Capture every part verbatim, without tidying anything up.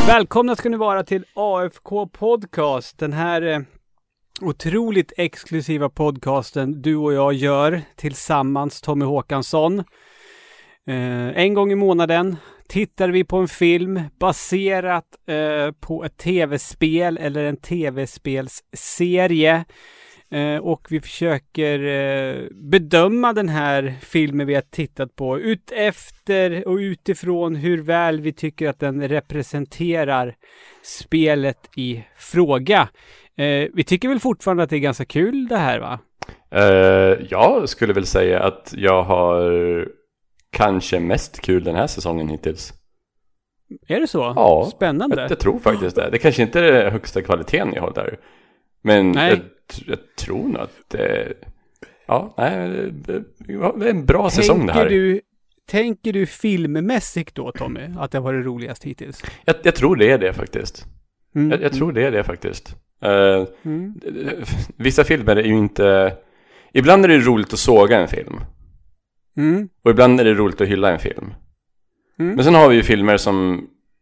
Välkomna ska ni vara till A F K Podcast. Den här eh, otroligt exklusiva podcasten du och jag gör tillsammans, Tommy Håkansson. Eh, en gång i månaden tittar vi på en film baserat eh, på ett tv-spel eller en tv-spelsserie. Eh, och vi försöker eh, bedöma den här filmen vi har tittat på ut efter och utifrån hur väl vi tycker att den representerar spelet i fråga. Eh, vi tycker väl fortfarande att det är ganska kul det här, va? Uh, jag skulle väl säga att jag har kanske mest kul den här säsongen hittills. Är det så? Ja, spännande. Jag, jag tror faktiskt det. Det kanske inte är den högsta kvaliteten jag har där. Men jag, jag tror nog att det, ja, nej, det är en bra tänker säsong det här. Du, tänker du filmmässigt då, Tommy, att det var det roligaste hittills? Jag, jag tror det är det faktiskt. Mm. Jag, jag tror det är det faktiskt. Uh, mm. Vissa filmer är ju inte... Ibland är det roligt att såga en film. Mm. Och ibland är det roligt att hylla en film. Mm. Men sen har vi ju filmer som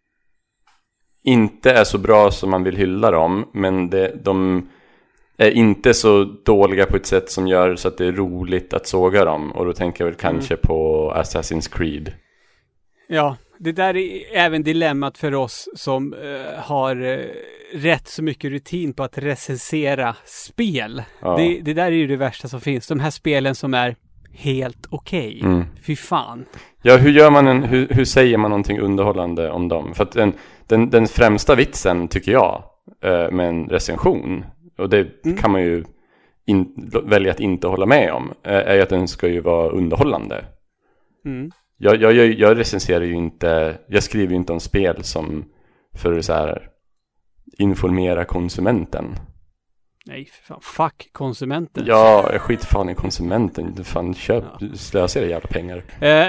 inte är så bra som man vill hylla dem, men det, de är inte så dåliga på ett sätt som gör så att det är roligt att såga dem. Och då tänker jag väl kanske mm. på Assassin's Creed. Ja, det där är även dilemmat för oss som uh, har uh, rätt så mycket rutin på att recensera spel. Ja. Det, det där är ju det värsta som finns. De här spelen som är helt okej. Okay. Mm. Fy fan. Ja, hur gör man en, hur, hur säger man någonting underhållande om dem? För att den, den, den främsta vitsen, tycker jag, uh, med en recension, och det mm. kan man ju in, välja att inte hålla med om, uh, är att den ska ju vara underhållande. Mm. Jag, jag, jag, jag recenserar ju inte, jag skriver ju inte om spel som för så här informera konsumenten. Nej, för fan, fuck konsumenten. Ja, jag skiter fan i konsumenten. Fan, köp, ja. Slösa era jävla pengar.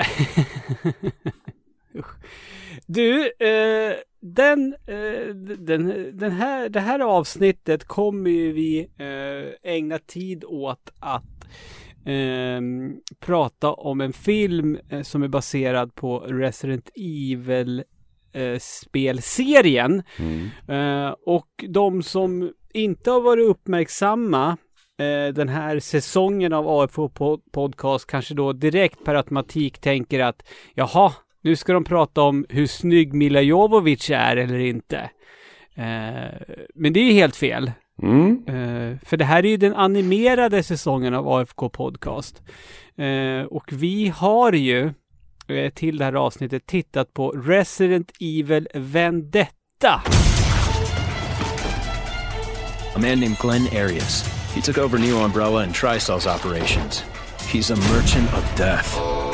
Du, eh, den, eh, den, den här, det här avsnittet kommer ju vi eh, ägna tid åt att eh, prata om en film eh, som är baserad på Resident Evil eh, spelserien. Mm. Eh, och de som inte har varit uppmärksamma eh, den här säsongen av A F K Podcast kanske då direkt per automatik tänker att jaha, nu ska de prata om hur snygg Milla Jovovich är eller inte. Eh, men det är ju helt fel. Mm. Eh, för det här är ju den animerade säsongen av A F K Podcast. Eh, och vi har ju eh, till det här avsnittet tittat på Resident Evil Vendetta. A man named Glenn Arias. He took over New Umbrella and Tri-Cells operations. He's a merchant of death.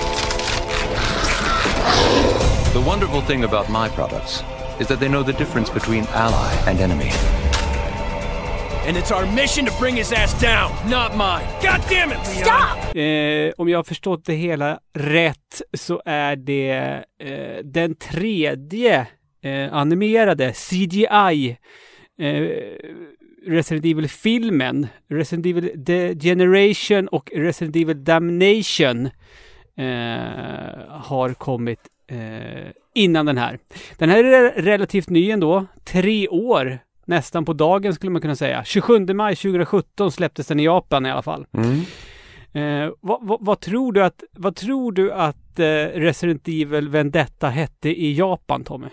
The wonderful thing about my products is that they know the difference between ally and enemy. And it's our mission to bring his ass down, not mine. God damn it, Leon! Stop! Eh, om jag har förstått det hela rätt så är det eh, den tredje eh, animerade C G I eh, Resident Evil-filmen, Resident Evil The Generation och Resident Evil Damnation eh, har kommit eh, innan den här. Den här är relativt ny ändå, tre år nästan på dagen skulle man kunna säga. tjugosjunde maj tjugohundrasjutton släpptes den i Japan i alla fall. Mm. Eh, vad, vad, vad tror du att, vad tror du att eh, Resident Evil Vendetta hette i Japan, Tommy?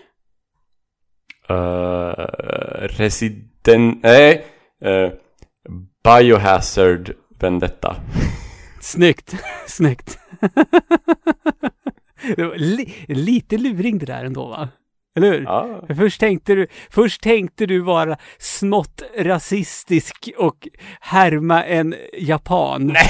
Uh, Resident... Nej. Uh, Biohazard Vendetta. Snyggt. Snyggt. Det var li- lite luring det där ändå, va? Eller hur? Ja. Först tänkte du, först tänkte du vara smått rasistisk och härma en japan. Nej.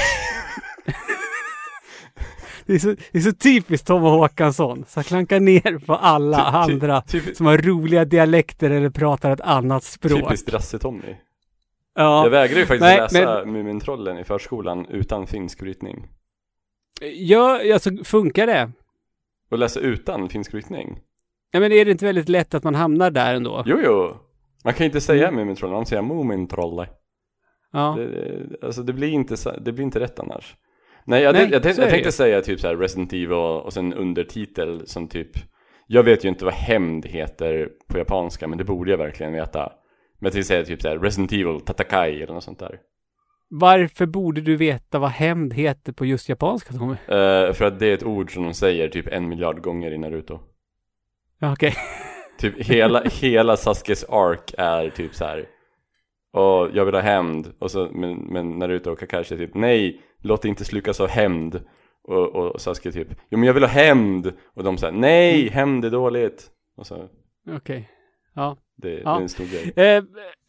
Det är, så, det är så typiskt Tom Håkansson. Så klankar ner på alla ty, ty, andra typ, som har roliga dialekter eller pratar ett annat språk. Typiskt rasse-Tommy. Ja. Jag vägrar ju faktiskt Nej, läsa men... Mumintrollen i förskolan utan finsk brytning. Ja, alltså funkar det? Och läsa utan finsk brytning? Ja, men är det inte väldigt lätt att man hamnar där ändå? Jo, jo. Man kan inte säga mm. Mumintrollen, man säger Mumintrolle. Ja. Det, alltså det blir inte, det blir inte rätt annars. Nej, jag, Nej, jag, jag, jag, jag tänkte säga typ så här Resident Evil och, och sen undertitel som typ Jag vet ju inte vad hämnd heter på japanska, men det borde jag verkligen veta. Men jag tänkte säga typ så här Resident Evil, Tatakai eller något sånt där. Varför borde du veta vad hämnd heter på just japanska, Tommy? Uh, för att det är ett ord som de säger typ en miljard gånger i Naruto. Ja, okej. Okay. Typ hela, hela Sasuke's arc är typ så här. Och jag vill ha hämnd. Och så, men, men Naruto och Kakashi typ, nej, låt inte slukas av hämnd. Och, och Sasuke typ, jo men jag vill ha hämnd. Och de säger, nej, hämnd är dåligt. Och så. Okej, okay. Ja. Det, ja. det är en stor grej. Eh,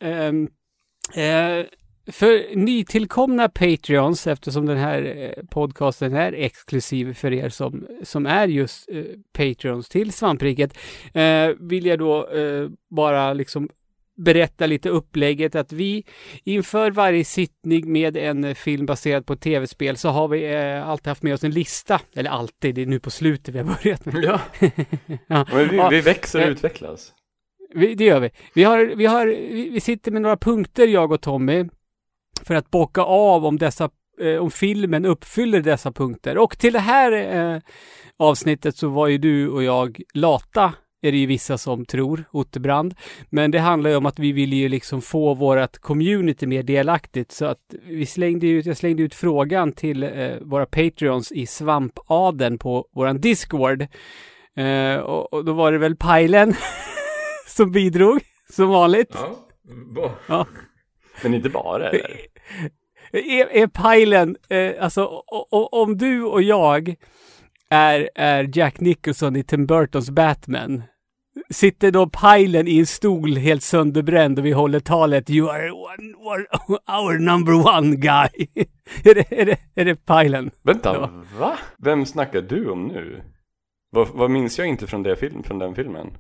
eh, eh, för nytillkomna Patreons, eftersom den här podcasten är exklusiv för er som, som är just eh, Patreons till Svampriket, eh, vill jag då eh, bara liksom berätta lite upplägget att vi inför varje sittning med en film baserad på tv-spel så har vi eh, alltid haft med oss en lista. Eller alltid, det är nu på slutet vi har börjat med. Ja, ja. Men vi, vi växer och eh, utvecklas. Vi, det gör vi. Vi, har, vi, har, vi, vi sitter med några punkter, jag och Tommy, för att bocka av om, dessa, eh, om filmen uppfyller dessa punkter. Och till det här eh, avsnittet så var ju du och jag lata, är det ju vissa som tror, Otterbrand. Men det handlar ju om att vi vill ju liksom få vårat community mer delaktigt. Så att vi slängde ut, jag slängde ut frågan till eh, våra Patreons i Svampaden på våran Discord. Eh, och, och då var det väl Pajlen som bidrog, som vanligt. Ja, ja. Men inte bara, eller? Är, är Pajlen, eh, alltså o, o, om du och jag är, är Jack Nicholson i Tim Burtons Batman, sitter då Pajlen i en stol helt sönderbränd och vi håller talet You are one, one, our number one guy. är, det, är, det, är det Pajlen? Vänta, ja. Va? Vem snackar du om nu? Vad, vad minns jag inte från, det film, från den filmen?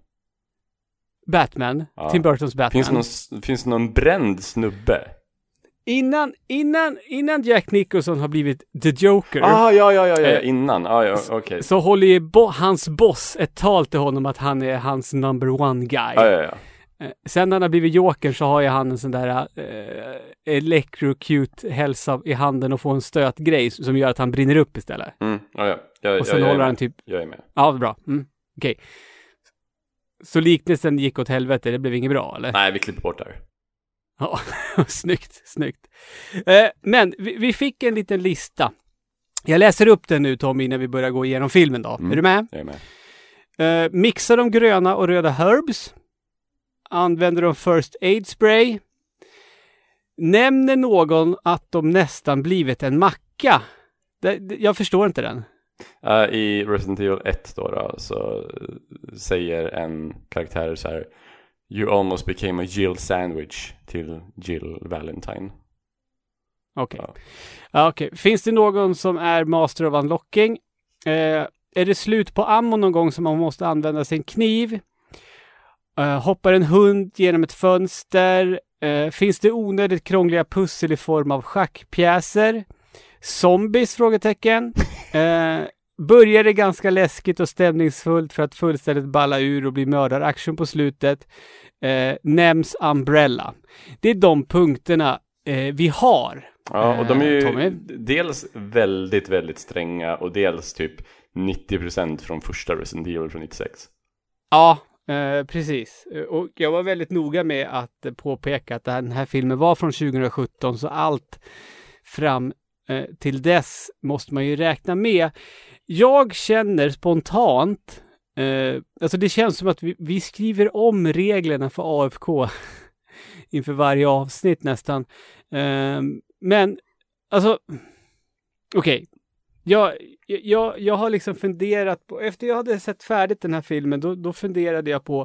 Batman, ja. Tim Burtons Batman. Finns det någon, finns det någon bränd snubbe? Innan, innan, innan Jack Nicholson har blivit The Joker. Ah, ja, ja, ja, ja, innan. Ah, ja, okej. Okay. Så håller ju bo- hans boss ett tal till honom att han är hans number one guy. Ah, ja, ja. Sen när han har blivit Joker så har ju han en sån där uh, electrocute hälsa i handen och får en stötgrej som gör att han brinner upp istället. Mm, ah, ja. Jag, och sen jag, jag håller han typ... Jag är med. Ja, bra. Mm. Okej. Okay. Så liknelsen gick åt helvete, det blev inget bra, eller? Nej, vi klipper bort där. Ja, snyggt, snyggt. Eh, men vi, vi fick en liten lista. Jag läser upp den nu, Tommy, när vi börjar gå igenom filmen då. Mm, är du med? Jag är med. Eh, mixa de gröna och röda herbs. Använder de first aid spray. Nämner någon att de nästan blivit en macka. Det, det, jag förstår inte den. Uh, I Resident Evil ett då, då så säger en karaktär så här: You almost became a Jill sandwich till Jill Valentine. Okej. Okay. Ja. Okay. Finns det någon som är master of unlocking? Eh, är det slut på ammo någon gång som man måste använda sin kniv? Eh, hoppar en hund genom ett fönster? Eh, finns det onödigt krångliga pussel i form av schackpjäser? Zombies? Frågetecken. Eh, börjar det ganska läskigt och stämningsfullt för att fullständigt balla ur och bli mördaraktion på slutet. Eh, nämns Umbrella. Det är de punkterna eh, vi har. Ja, och de är ju Tommy. dels väldigt, väldigt stränga och dels typ nittio procent från första Resident Evil från nittiosex. Ja, eh, precis. Och jag var väldigt noga med att påpeka att den här filmen var från tjugohundrasjutton, så allt fram eh, till dess måste man ju räkna med. Jag känner spontant, eh, alltså det känns som att vi, vi skriver om reglerna för A F K inför varje avsnitt nästan. Eh, men, alltså, okej. Okay. Jag, jag, jag har liksom funderat på, efter jag hade sett färdigt den här filmen, då, då funderade jag på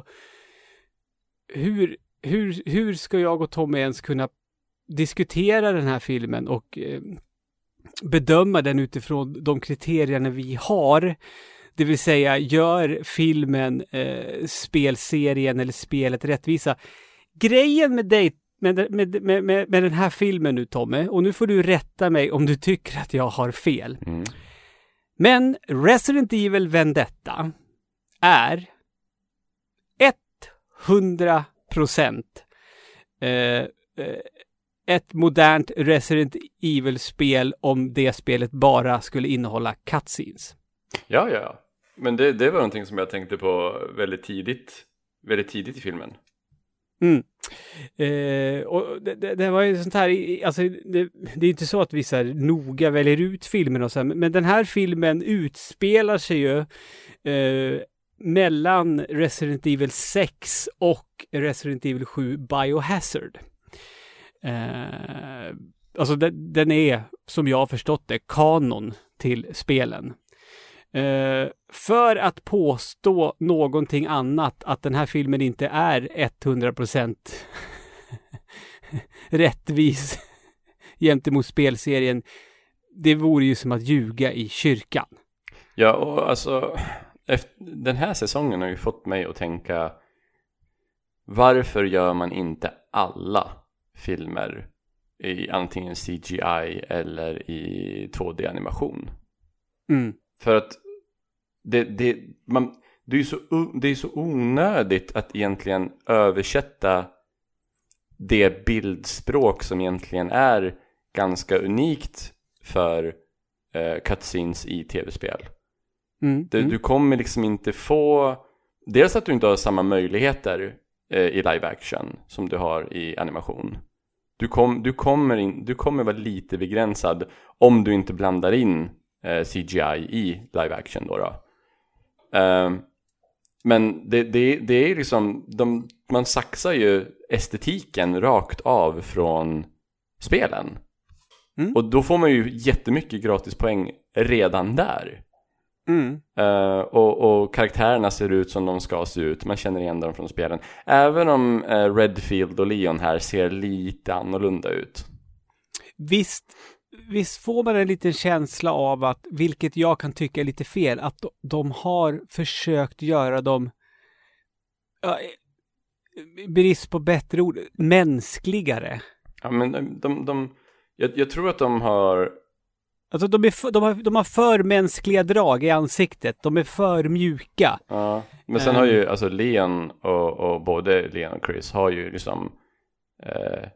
hur, hur, hur ska jag och Tom ens kunna diskutera den här filmen och eh, bedöma den utifrån de kriterierna vi har. Det vill säga, gör filmen, eh, spelserien eller spelet rättvisa. Grejen med dig, med, med, med, med, med den här filmen nu, Tommy, och nu får du rätta mig om du tycker att jag har fel. Mm. Men Resident Evil Vendetta är hundra procent eh, eh, ett modernt Resident Evil-spel om det spelet bara skulle innehålla cutscenes. Ja, ja. Men det, det var någonting som jag tänkte på väldigt tidigt, väldigt tidigt i filmen. Mm. Eh, och det, det, det var ju sånt här, alltså det, det är inte så att vi så här noga väljer ut filmen och så här, men den här filmen utspelar sig ju eh, mellan Resident Evil sex och Resident Evil sju Biohazard. Eh, alltså den, den är, som jag har förstått det, kanon till spelen. Uh, för att påstå någonting annat, att den här filmen inte är hundra procent rättvis gentemot spelserien, det vore ju som att ljuga i kyrkan. Ja, och alltså efter, den här säsongen har ju fått mig att tänka, varför gör man inte alla filmer i antingen C G I eller i två D-animation? Mm. För att det, det, man, det, är så, det är så onödigt att egentligen översätta det bildspråk som egentligen är ganska unikt för eh, cutscenes i tv-spel. Mm. Det, mm. Du kommer liksom inte få... Dels att du inte har samma möjligheter eh, i live action som du har i animation. Du, kom, du, kommer in, du kommer vara lite begränsad om du inte blandar in C G I i live action då, då. Uh, men det, det, det är liksom de, man saxar ju estetiken rakt av från spelen. Mm. Och då får man ju jättemycket gratispoäng redan där. Mm. Uh, och, och karaktärerna ser ut som de ska se ut. Man känner igen dem från spelen. Även om uh, Redfield och Leon här ser lite annorlunda ut. Visst Visst får man en liten känsla av att, vilket jag kan tycka är lite fel, att de har försökt göra dem, ja, brist på bättre ord, mänskligare. Ja, men de, de, de jag, jag tror att de har... Alltså de, är för, de, har, de har för mänskliga drag i ansiktet, de är för mjuka. Ja, men sen um, har ju, alltså Leon och, och både Leon och Chris har ju liksom... Eh,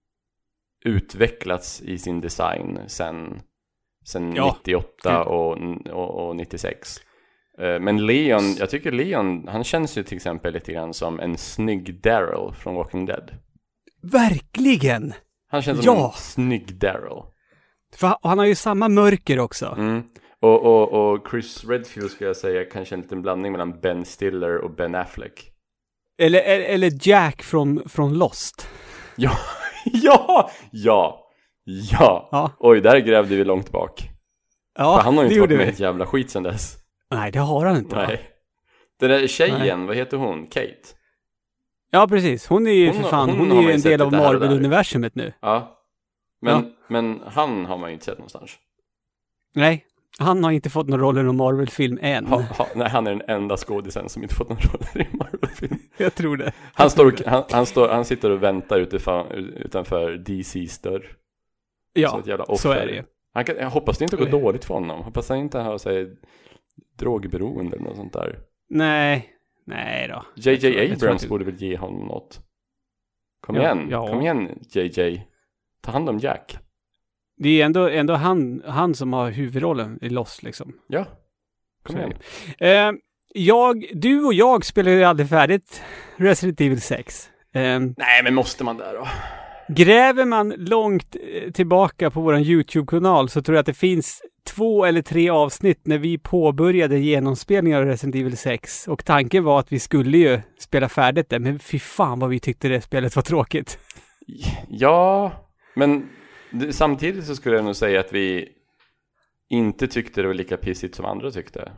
utvecklats i sin design sen, sen ja. nittioåtta och, och, och nittiosex. Men Leon, jag tycker Leon, han känns ju till exempel lite grann som en snygg Daryl från Walking Dead. Verkligen! Han känns som ja. en snygg Daryl. För han har ju samma mörker också. Mm. Och, och, och Chris Redfield skulle jag säga kanske en liten blandning mellan Ben Stiller och Ben Affleck. Eller, eller Jack från, från Lost. Ja. Ja, ja, ja, ja. Oj, där grävde vi långt bak. Ja, för han har ju inte varit med vi. ett jävla skit sedan dess. Nej, det har han inte. Nej. Den där tjejen, Nej. Vad heter hon? Kate? Ja, precis. Hon är ju hon, för fan, hon, hon är ju en del av Marvel-universumet nu. Ja. Men, ja. men han har man ju inte sett någonstans. Nej, han har inte fått någon roll i någon Marvel-film än. Ha, ha, nej, han är den enda skådisen som inte fått någon roll i en Marvel-film. Jag tror det. Han, står och, han, han, står, han sitter och väntar utanför, utanför D C:s dörr. Ja, så, så är det. Han kan, jag hoppas det inte går dåligt för honom. Hoppas han inte har sig drogberoende eller något sånt där. Nej, nej då. J J Abrams borde väl ge honom något. Kom ja, igen, ja. kom igen J J. Ta hand om Jack. Det är ändå, ändå han, han som har huvudrollen i Lost liksom. Ja, kom igen. Eh, jag, du och jag spelar ju aldrig färdigt Resident Evil sex. Eh, Nej, men måste man där då? Gräver man långt tillbaka på vår YouTube-kanal så tror jag att det finns två eller tre avsnitt när vi påbörjade genomspelningen av Resident Evil sex. Och tanken var att vi skulle ju spela färdigt det, men fy fan vad vi tyckte det spelet var tråkigt. Ja, men samtidigt så skulle jag nog säga att vi inte tyckte det var lika pissigt som andra tyckte.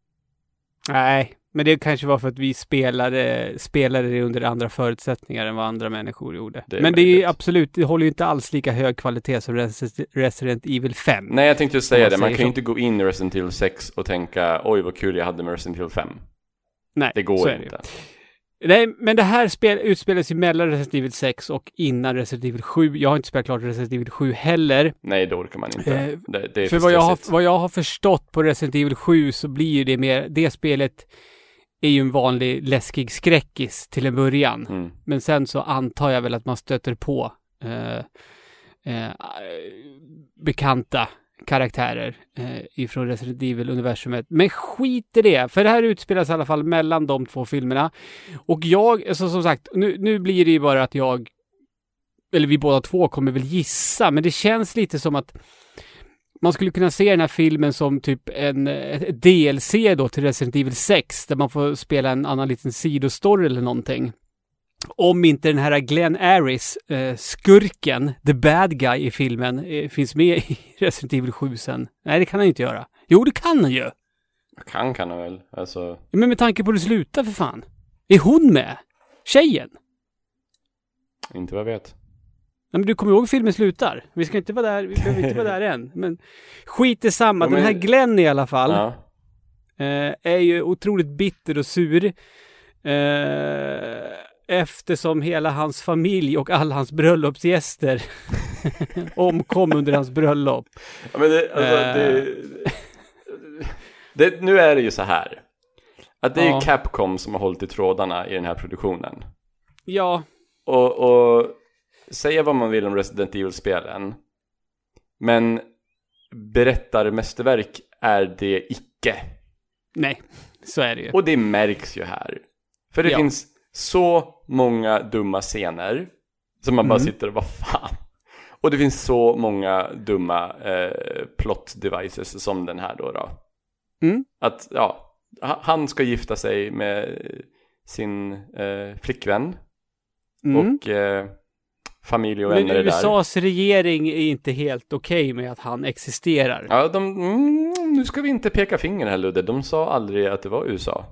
Nej, men det kanske var för att vi spelade, spelade det under andra förutsättningar än vad andra människor gjorde. Det men det är absolut, det håller ju inte alls lika hög kvalitet som Resident Evil fem. Nej, jag tänkte säga det. Man kan ju inte gå in i Resident Evil sex och tänka, oj vad kul jag hade med Resident Evil fem. Nej, det går så inte. Är det. Nej, men det här spel utspelas ju mellan Resident Evil sex och innan Resident Evil sju. Jag har inte spelat klart Resident Evil sju heller. Nej, det orkar man inte. Eh, det, det är för vad jag, har, vad jag har förstått på Resident Evil sju så blir ju det mer, det spelet är ju en vanlig läskig skräckis till en början. Mm. Men sen så antar jag väl att man stöter på eh, eh, bekanta karaktärer eh, ifrån Resident Evil-universumet. Men skit i det, för det här utspelas i alla fall mellan de två filmerna. Och jag, alltså, som sagt, nu, nu blir det ju bara att jag, eller vi båda två kommer väl gissa, men det känns lite som att man skulle kunna se den här filmen som typ en ett D L C då till Resident Evil sex, där man får spela en annan liten sidostory eller någonting. Om inte den här Glenn Aris, eh, skurken, the bad guy i filmen, eh, finns med i Resident Evil sju sen. Nej, det kan han inte göra. Jo, det kan han ju. Kan kan han väl. Alltså... Men med tanke på hur det slutar, för fan. Är hon med? Tjejen? Inte vad jag vet. Nej, men du kommer ihåg hur filmen slutar. Vi ska inte vara där, vi behöver inte vara där än. Men skit i samma. Ja, men... Den här Glenn i alla fall ja. eh, är ju otroligt bitter och sur. Eh... Eftersom hela hans familj och alla hans bröllopsgäster omkom under hans bröllop. Ja, men det, alltså, uh, det, det, nu är det ju så här. Att det är ja. ju Capcom som har hållit i trådarna i den här produktionen. Ja. Och, och säga vad man vill om Resident Evil-spelen. Men berättarmästerverk är det icke. Nej, så är det ju. Och det märks ju här. För det ja. finns så många dumma scener som man bara mm. sitter och vad fan. Och det finns så många dumma eh, plot devices som den här då. då. Mm. Att ja, han ska gifta sig med sin eh, flickvän mm. och eh, familj och vänner är där. Men U S A:s regering är inte helt okej okay med att han existerar. Ja, de, mm, nu ska vi inte peka finger här, Ludde. De sa aldrig att det var U S A.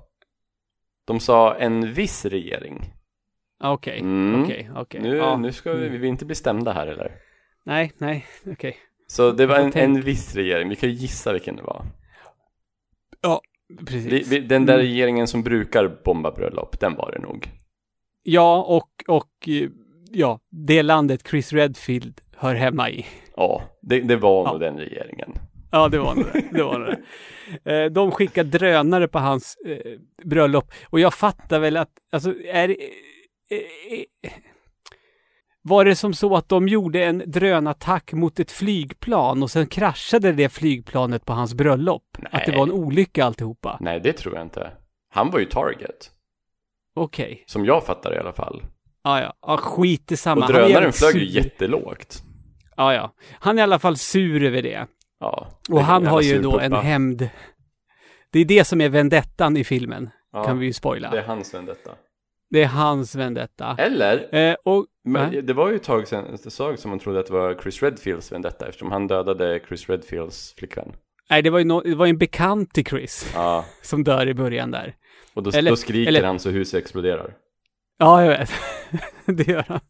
De sa en viss regering. Okej, okay, mm. okej, okay, okej. Okay. Nu, ja. nu ska vi, vi vill inte bli stämda här, eller? Nej, nej, okej. Okay. Så det var en, en viss regering. Vi kan ju gissa vilken det var. Ja, precis. Vi, vi, den där mm. regeringen som brukar bomba bröllop, den var det nog. Ja, och, och ja, det landet Chris Redfield hör hemma i. Ja, det, det var ja. nog den regeringen. Ja, det var nog det. det, var nog det. De skickar drönare på hans eh, bröllop. Och jag fattar väl att, alltså, är eh, eh, var det som så att de gjorde en drönattack mot ett flygplan och sen kraschade det flygplanet på hans bröllop? Nej. Att det var en olycka alltihopa? Nej, det tror jag inte. Han var ju target. Okej. Okay. Som jag fattar i alla fall. Ah, ja, ja. Skit i samma. Och drönaren flög ju jättelågt. Ja, ja. Han är i alla fall sur över det. Ja, och han har ju då en hämnd. Det är det som är vendettan i filmen. Ja, kan vi ju spoila. Det är hans vendetta. Det är hans vendetta. Eller, eh, och, men, äh? det var ju ett tag sedan ett tag som man trodde att det var Chris Redfields vendetta, eftersom han dödade Chris Redfields flickvän. Nej, det var ju no, det var en bekant till Chris ja. som dör i början där. Och då, eller, då skriker eller, han så huset exploderar. Ja, jag vet. Det gör han.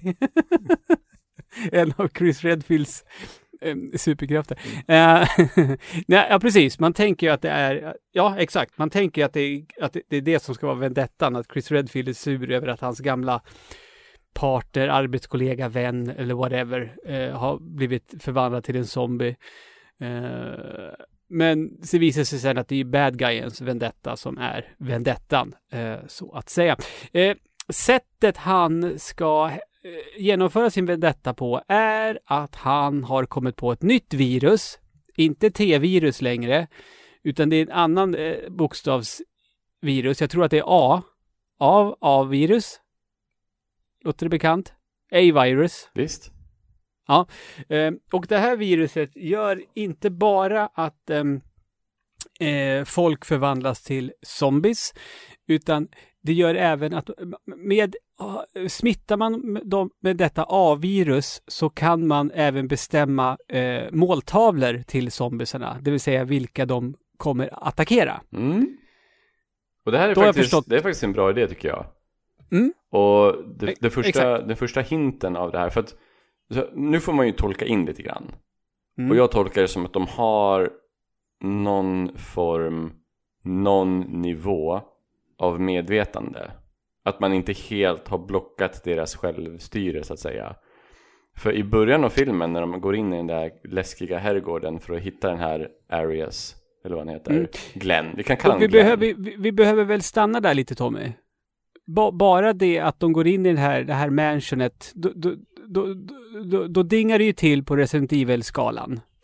En av Chris Redfields superkrafter. Mm. Nej, ja, precis. Man tänker ju att det är, ja, exakt. Man tänker ju att det är, att det är det som ska vara vendettan, att Chris Redfield är sur över att hans gamla partner, arbetskollega, vän eller whatever eh, har blivit förvandlad till en zombie. Eh, men så visar sig sen att det är bad guyens vendetta som är vendettan, eh, så att säga. Eh, sättet han ska genomföra sin vendetta på är att han har kommit på ett nytt virus, inte T-virus längre, utan det är en annan eh, bokstavsvirus. Jag tror att det är A. A, A-virus. Låter det bekant? A-virus. Visst. Ja, eh, och det här viruset gör inte bara att eh, eh, folk förvandlas till zombies, utan det gör även att med, smittar man dem med detta A-virus så kan man även bestämma eh, måltavlor till zombiesarna. Det vill säga vilka de kommer attackera. Mm. Och det här är faktiskt, det är faktiskt en bra idé tycker jag. Mm. Och det, det första, den första hinten av det här, för att så, nu får man ju tolka in lite grann. Mm. Och jag tolkar det som att de har någon form, någon nivå av medvetande. Att man inte helt har blockat deras självstyre så att säga. För i början av filmen när de går in i den där läskiga herrgården för att hitta den här Arias, eller vad han heter, mm. Glenn. Vi kan kalla honom vi Glenn. Behöver, vi, vi behöver väl stanna där lite, Tommy. Ba, bara det att de går in i det här, det här mansionet, då, då, då, då, då dingar det ju till på Resident Evil-skalan.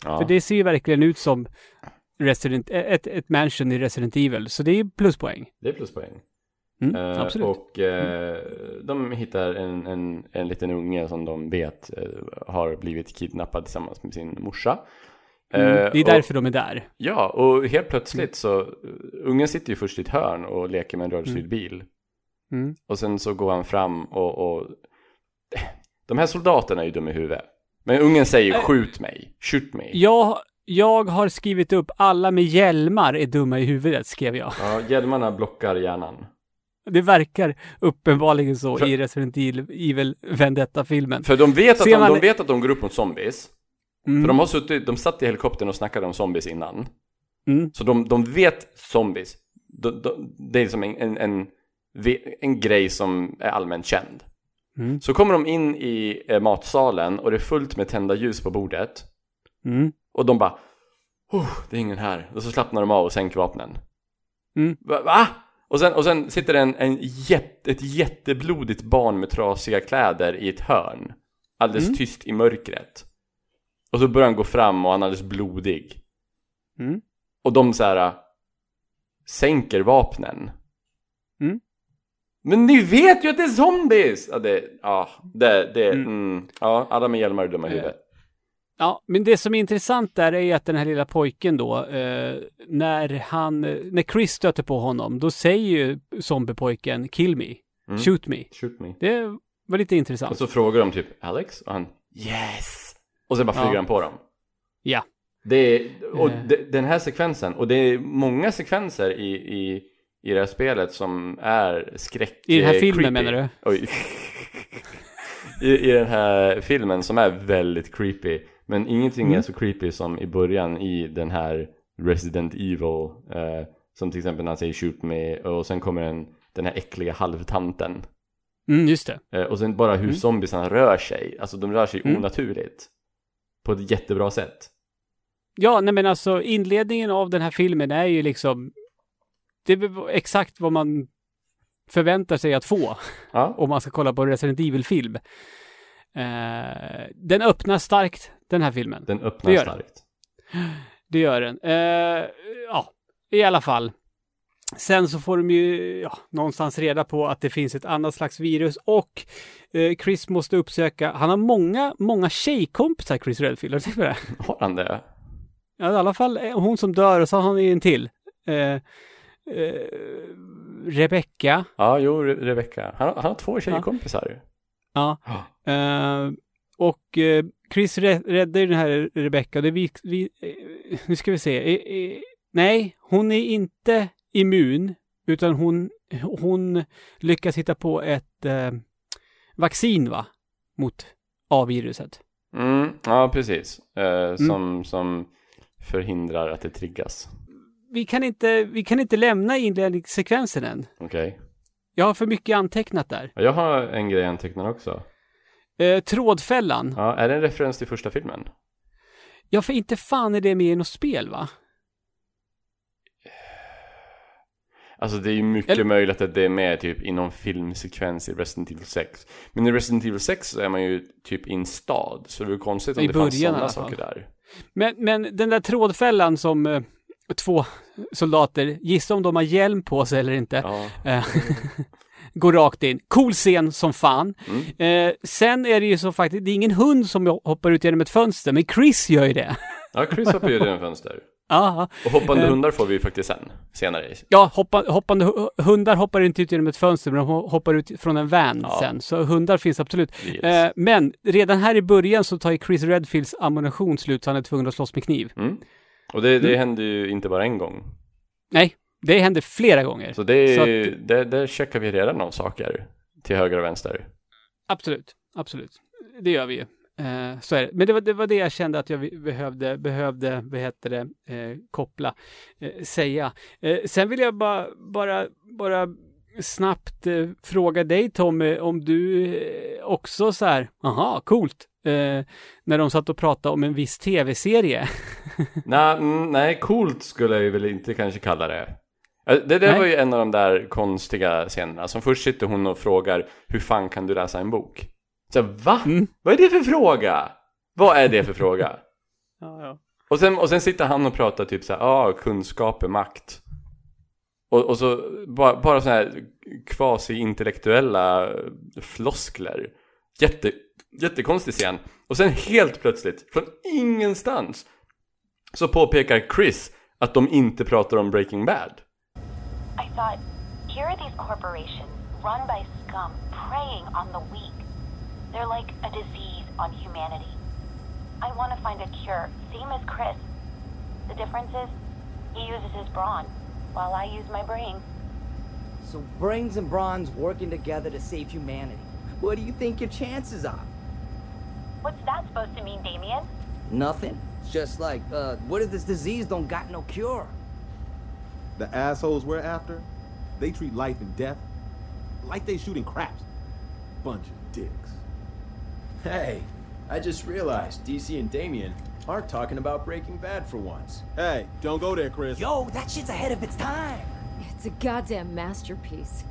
Ja. För det ser ju verkligen ut som Resident, ett, ett mansion i Resident Evil. Så det är pluspoäng. Det är pluspoäng. Mm, uh, absolut. Och uh, de hittar en, en, en liten unge som de vet uh, har blivit kidnappad tillsammans med sin morsa. Mm, Uh, det är därför och, de är där. Ja, och helt plötsligt mm. så uh, ungen sitter ju först i ett hörn och leker med en rörstyrd bil. Mm. Och sen så går han fram och, och de här soldaterna är ju dumma i huvudet. Men ungen säger skjut mig, shoot mig. Jag, jag har skrivit upp alla med hjälmar är dumma i huvudet, skrev jag. Ja, hjälmarna blockar hjärnan. Det verkar uppenbarligen så för, i Resident Evil Vendetta-filmen. För de vet, att de, man... de vet att de går upp mot zombies. Mm. För de har suttit, de satt i helikoptern och snackade om zombies innan. Mm. Så de, de vet zombies. De, de, det är liksom en, en, en, en grej som är allmänt känd. Mm. Så kommer de in i eh, matsalen och det är fullt med tända ljus på bordet. Mm. Och de bara, oh, det är ingen här. Och så slappnar de av och sänker vapnen. Mm. Va? Va? Och sen, och sen sitter det en, en jätte, ett jätteblodigt barn med trasiga kläder i ett hörn. Alldeles Mm. tyst i mörkret. Och så börjar han gå fram och han är alldeles blodig. Mm. Och de så här sänker vapnen. Mm. Men ni vet ju att det är zombies! Ja, det, ja, det, det Mm. mm, ja, alla med hjälmar är dumma i huvudet. Ja, men det som är intressant där är att den här lilla pojken då, eh, när han, när Chris stöter på honom, då säger ju zombiepojken kill me, Mm. shoot me. Shoot me. Det var lite intressant. Och så frågar de typ Alex och han yes! Och sen bara flyger Ja. han på dem. Ja. Det är, och Eh. de, den här sekvensen, och det är många sekvenser i, i, i det här spelet som är skräck. I den här eh, filmen creepy. menar du? Oj. I, I den här filmen som är väldigt creepy. Men ingenting Mm. är så creepy som i början i den här Resident Evil. Eh, som till exempel när han säger shoot me. Och sen kommer den, den här äckliga halvtanten. Mm, just det. Eh, och sen bara hur Mm. zombiesarna rör sig. Alltså de rör sig Mm. onaturligt. På ett jättebra sätt. Ja, nej men alltså inledningen av den här filmen är ju liksom, det är exakt vad man förväntar sig att få Ja. om man ska kolla på en Resident Evil-film. Eh, den öppnar starkt, den här filmen. Den öppnar Det gör starkt. Det gör den. Eh, ja, i alla fall. Sen så får de ju ja, någonstans reda på att det finns ett annat slags virus och eh, Chris måste uppsöka, han har många, många tjejkompisar, Chris Redfield, har du tänkt på det? Har han det? Ja, i alla fall hon som dör och så har han en till. Eh, eh, Rebecca. Ja, jo, Re- Rebecca. Han, han har två tjejkompisar. Ja. Eh, och eh, Chris re- räddar ju den här Rebecca. Det vi, vi, eh, nu ska vi se. Eh, eh, nej, hon är inte immun, utan hon, hon lyckas hitta på ett eh, vaccin, va? Mot A-viruset. Mm, ja, precis. Eh, som, mm. som förhindrar att det triggas. Vi kan inte, vi kan inte lämna inledningssekvensen än. Okej. Okay. Jag har för mycket antecknat där. Jag har en grej antecknad också. Eh, trådfällan. Ja, är det en referens till första filmen? Ja, för inte fan är det med i något spel, va? Alltså det är ju mycket Eller... möjligt att det är med typ i någon filmsekvens i Resident Evil sex. Men i Resident Evil sex så är man ju typ i en stad. Så det är konstigt om I det början, fanns sådana saker där. Men, men den där trådfällan som eh, två soldater, gissa om de har hjälm på sig eller inte. Ja. Går rakt in. Cool scen som fan. Mm. Eh, sen är det ju så faktiskt, det är ingen hund som hoppar ut genom ett fönster, men Chris gör ju det. Ja, Chris hoppar ju genom ett fönster. Aha. Och hoppande uh, hundar får vi ju faktiskt sen, senare. Ja, hoppa, hoppande hundar hoppar inte ut genom ett fönster, men de hoppar ut från en van ja. sen. Så hundar finns absolut. Yes. Uh, men redan här i början så tar ju Chris Redfields ammunition slut, så han är tvungen att slåss med kniv. Mm. Och det, det mm. händer ju inte bara en gång. Nej, det händer flera gånger. Så det, så att, det, det checkar vi redan av saker till höger och vänster. Absolut, absolut. Det gör vi ju. Uh, så är det. Men det var, det var det jag kände att jag behövde, behövde vad heter det, uh, koppla, uh, säga. Uh, sen vill jag bara, bara, bara snabbt uh, fråga dig, Tommy, om du uh, också så här, aha, coolt, uh, när de satt och pratade om en viss tv-serie. nej, mm, nej, coolt skulle jag väl inte kanske kalla det. Det där var ju en av de där konstiga scenerna. Som först sitter hon och frågar, hur fan kan du läsa en bok? Så, va? Mm. Vad är det för fråga? Vad är det för fråga? Ja, ja. Och sen, och sen sitter han och pratar typ så här, ja, ah, kunskap är makt. Och, och så bara, bara så här quasi-intellektuella floskler. Jätte, jättekonstig scen. Och sen helt plötsligt, från ingenstans, så påpekar Chris att de inte pratar om Breaking Bad. I thought, here are these corporations run by scum preying on the weak. They're like a disease on humanity. I want to find a cure, same as Chris. The difference is, he uses his brawn, while I use my brain. So brains and bronze working together to save humanity. What do you think your chances are? What's that supposed to mean, Damien? Nothing. It's just like, uh, what if this disease don't got no cure? The assholes we're after, they treat life and death like they shooting craps. Bunch of dicks. Hey, I just realized D C and Damien aren't talking about Breaking Bad for once. Hey, don't go there, Chris. Yo, that shit's ahead of its time. It's a goddamn masterpiece.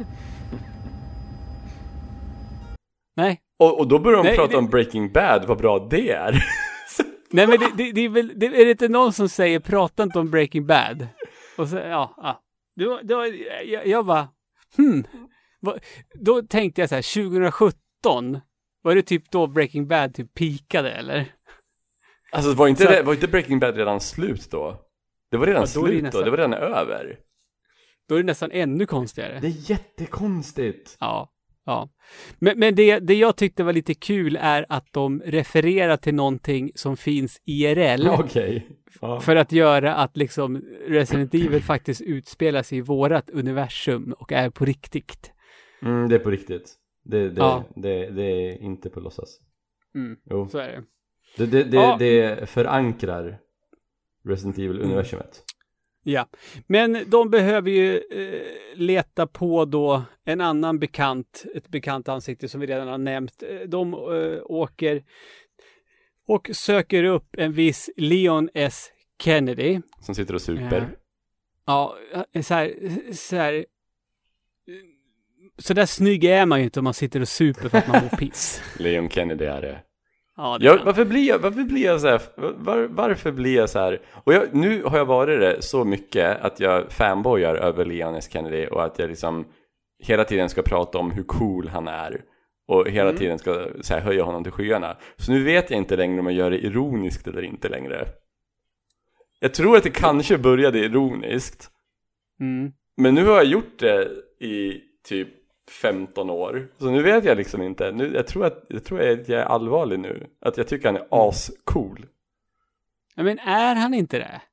Nej. Och, och då börjar de Nej, prata det... om Breaking Bad, vad bra det är. Nej, men det, det, det är väl, det är det inte någon som säger prata inte om Breaking Bad. Och så, ja, ja. Då, då, jag, jag bara, hmm. Då tänkte jag så här, tjugo sjutton, var det typ då Breaking Bad typ pikade, eller? Alltså var inte, så, det, var inte Breaking Bad redan slut då? Det var redan ja, då slut det nästan, då, det var redan över. Då är det nästan ännu konstigare. Det är jättekonstigt. Ja, ja. Men, men det, det jag tyckte var lite kul är att de refererar till någonting som finns I R L. Okej. Okay. Ja. För att göra att liksom Resident Evil faktiskt utspelar sig i vårat universum och är på riktigt. Mm, det är på riktigt. Det, det, ja. det, det är inte på låtsas. Mm, jo. Så är det. Det, det, det, ja. det förankrar Resident Evil-universumet. Mm. Ja, men de behöver ju eh, leta på då en annan bekant, ett bekant ansikte som vi redan har nämnt. De eh, åker och söker upp en viss Leon S. Kennedy. Som sitter och super. Eh, ja, så här, så här, så där snygg är man ju inte om man sitter och super för att man mår piss. Leon Kennedy är det. Ja, det jag, varför blir jag varför blir jag så här var, varför blir jag så här och jag, nu har jag varit det så mycket att jag fanboyar över Leon S. Kennedy och att jag liksom hela tiden ska prata om hur cool han är och hela mm. tiden ska så här, höja honom till skyarna. Så nu vet jag inte längre om jag gör det ironiskt eller inte längre. Jag tror att det kanske började ironiskt. Mm. Men nu har jag gjort det i typ femton år. Så nu vet jag liksom inte. Nu, jag tror att jag tror att jag är allvarlig nu. Att jag tycker han är ascool. Ja, men är han inte det?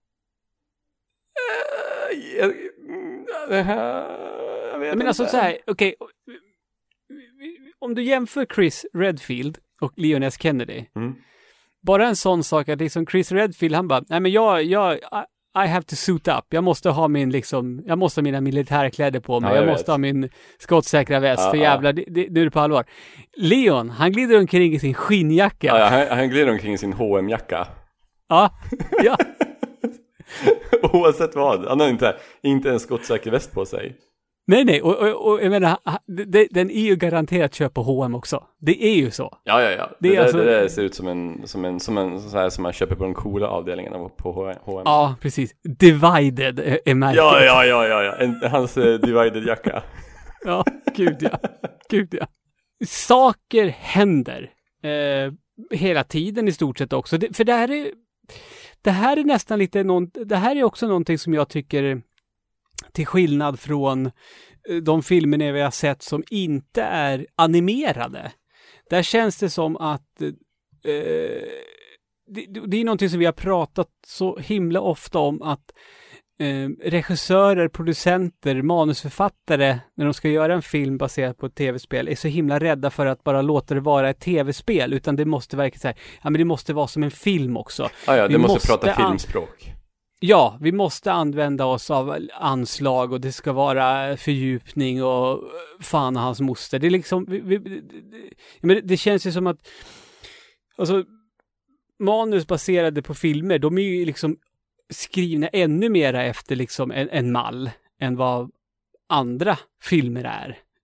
Uh, jag, jag, jag vet men alltså inte. så här, okej. Okay, om du jämför Chris Redfield och Leon S. Kennedy. Mm. Bara en sån sak att liksom Chris Redfield, han bara, nej men jag, jag I have to suit up. Jag måste ha min liksom, jag måste ha mina militärkläder på mig. Ja, jag, jag måste ha min skottsäkra väst. Ja, för jävlar, det, det, nu är det på allvar. Leon, han glider omkring i sin skinnjacka. Ja, ja han, han glider omkring i sin H och M-jacka. Ja, ja. Oavsett vad. Han har inte, inte en skottsäker väst på sig. Nej, nej. Och, och, och jag menar, det, den är ju garanterat köp på H och M också. Det är ju så. Ja, ja, ja. Det, det, det, alltså, det där ser ut som en, som en, som en så här som man köper på de coola avdelningarna på H och M. Ja, precis. Divided är, är märket. Ja, ja, ja, ja, ja. En, hans uh, divided jacka. Ja, gud ja. Gud ja. Saker händer eh, hela tiden i stort sett också. Det, för det här är det här är nästan lite någon, det här är också någonting som jag tycker, till skillnad från de filmerna vi har sett som inte är animerade. Där känns det som att eh, det, det är någonting som vi har pratat så himla ofta om, att eh, regissörer, producenter, manusförfattare, när de ska göra en film baserad på ett tv-spel, är så himla rädda för att bara låta det vara ett tv-spel, utan det måste verkligen så här, ja men det måste vara som en film också. Ah, ja, det måste, måste prata filmspråk. Ja, vi måste använda oss av anslag och det ska vara fördjupning och fan och hans moster. Det är liksom, vi, vi, det, men det känns ju som att alltså, manus baserade på filmer, de är ju liksom skrivna ännu mera efter liksom en, en mall än vad andra filmer är.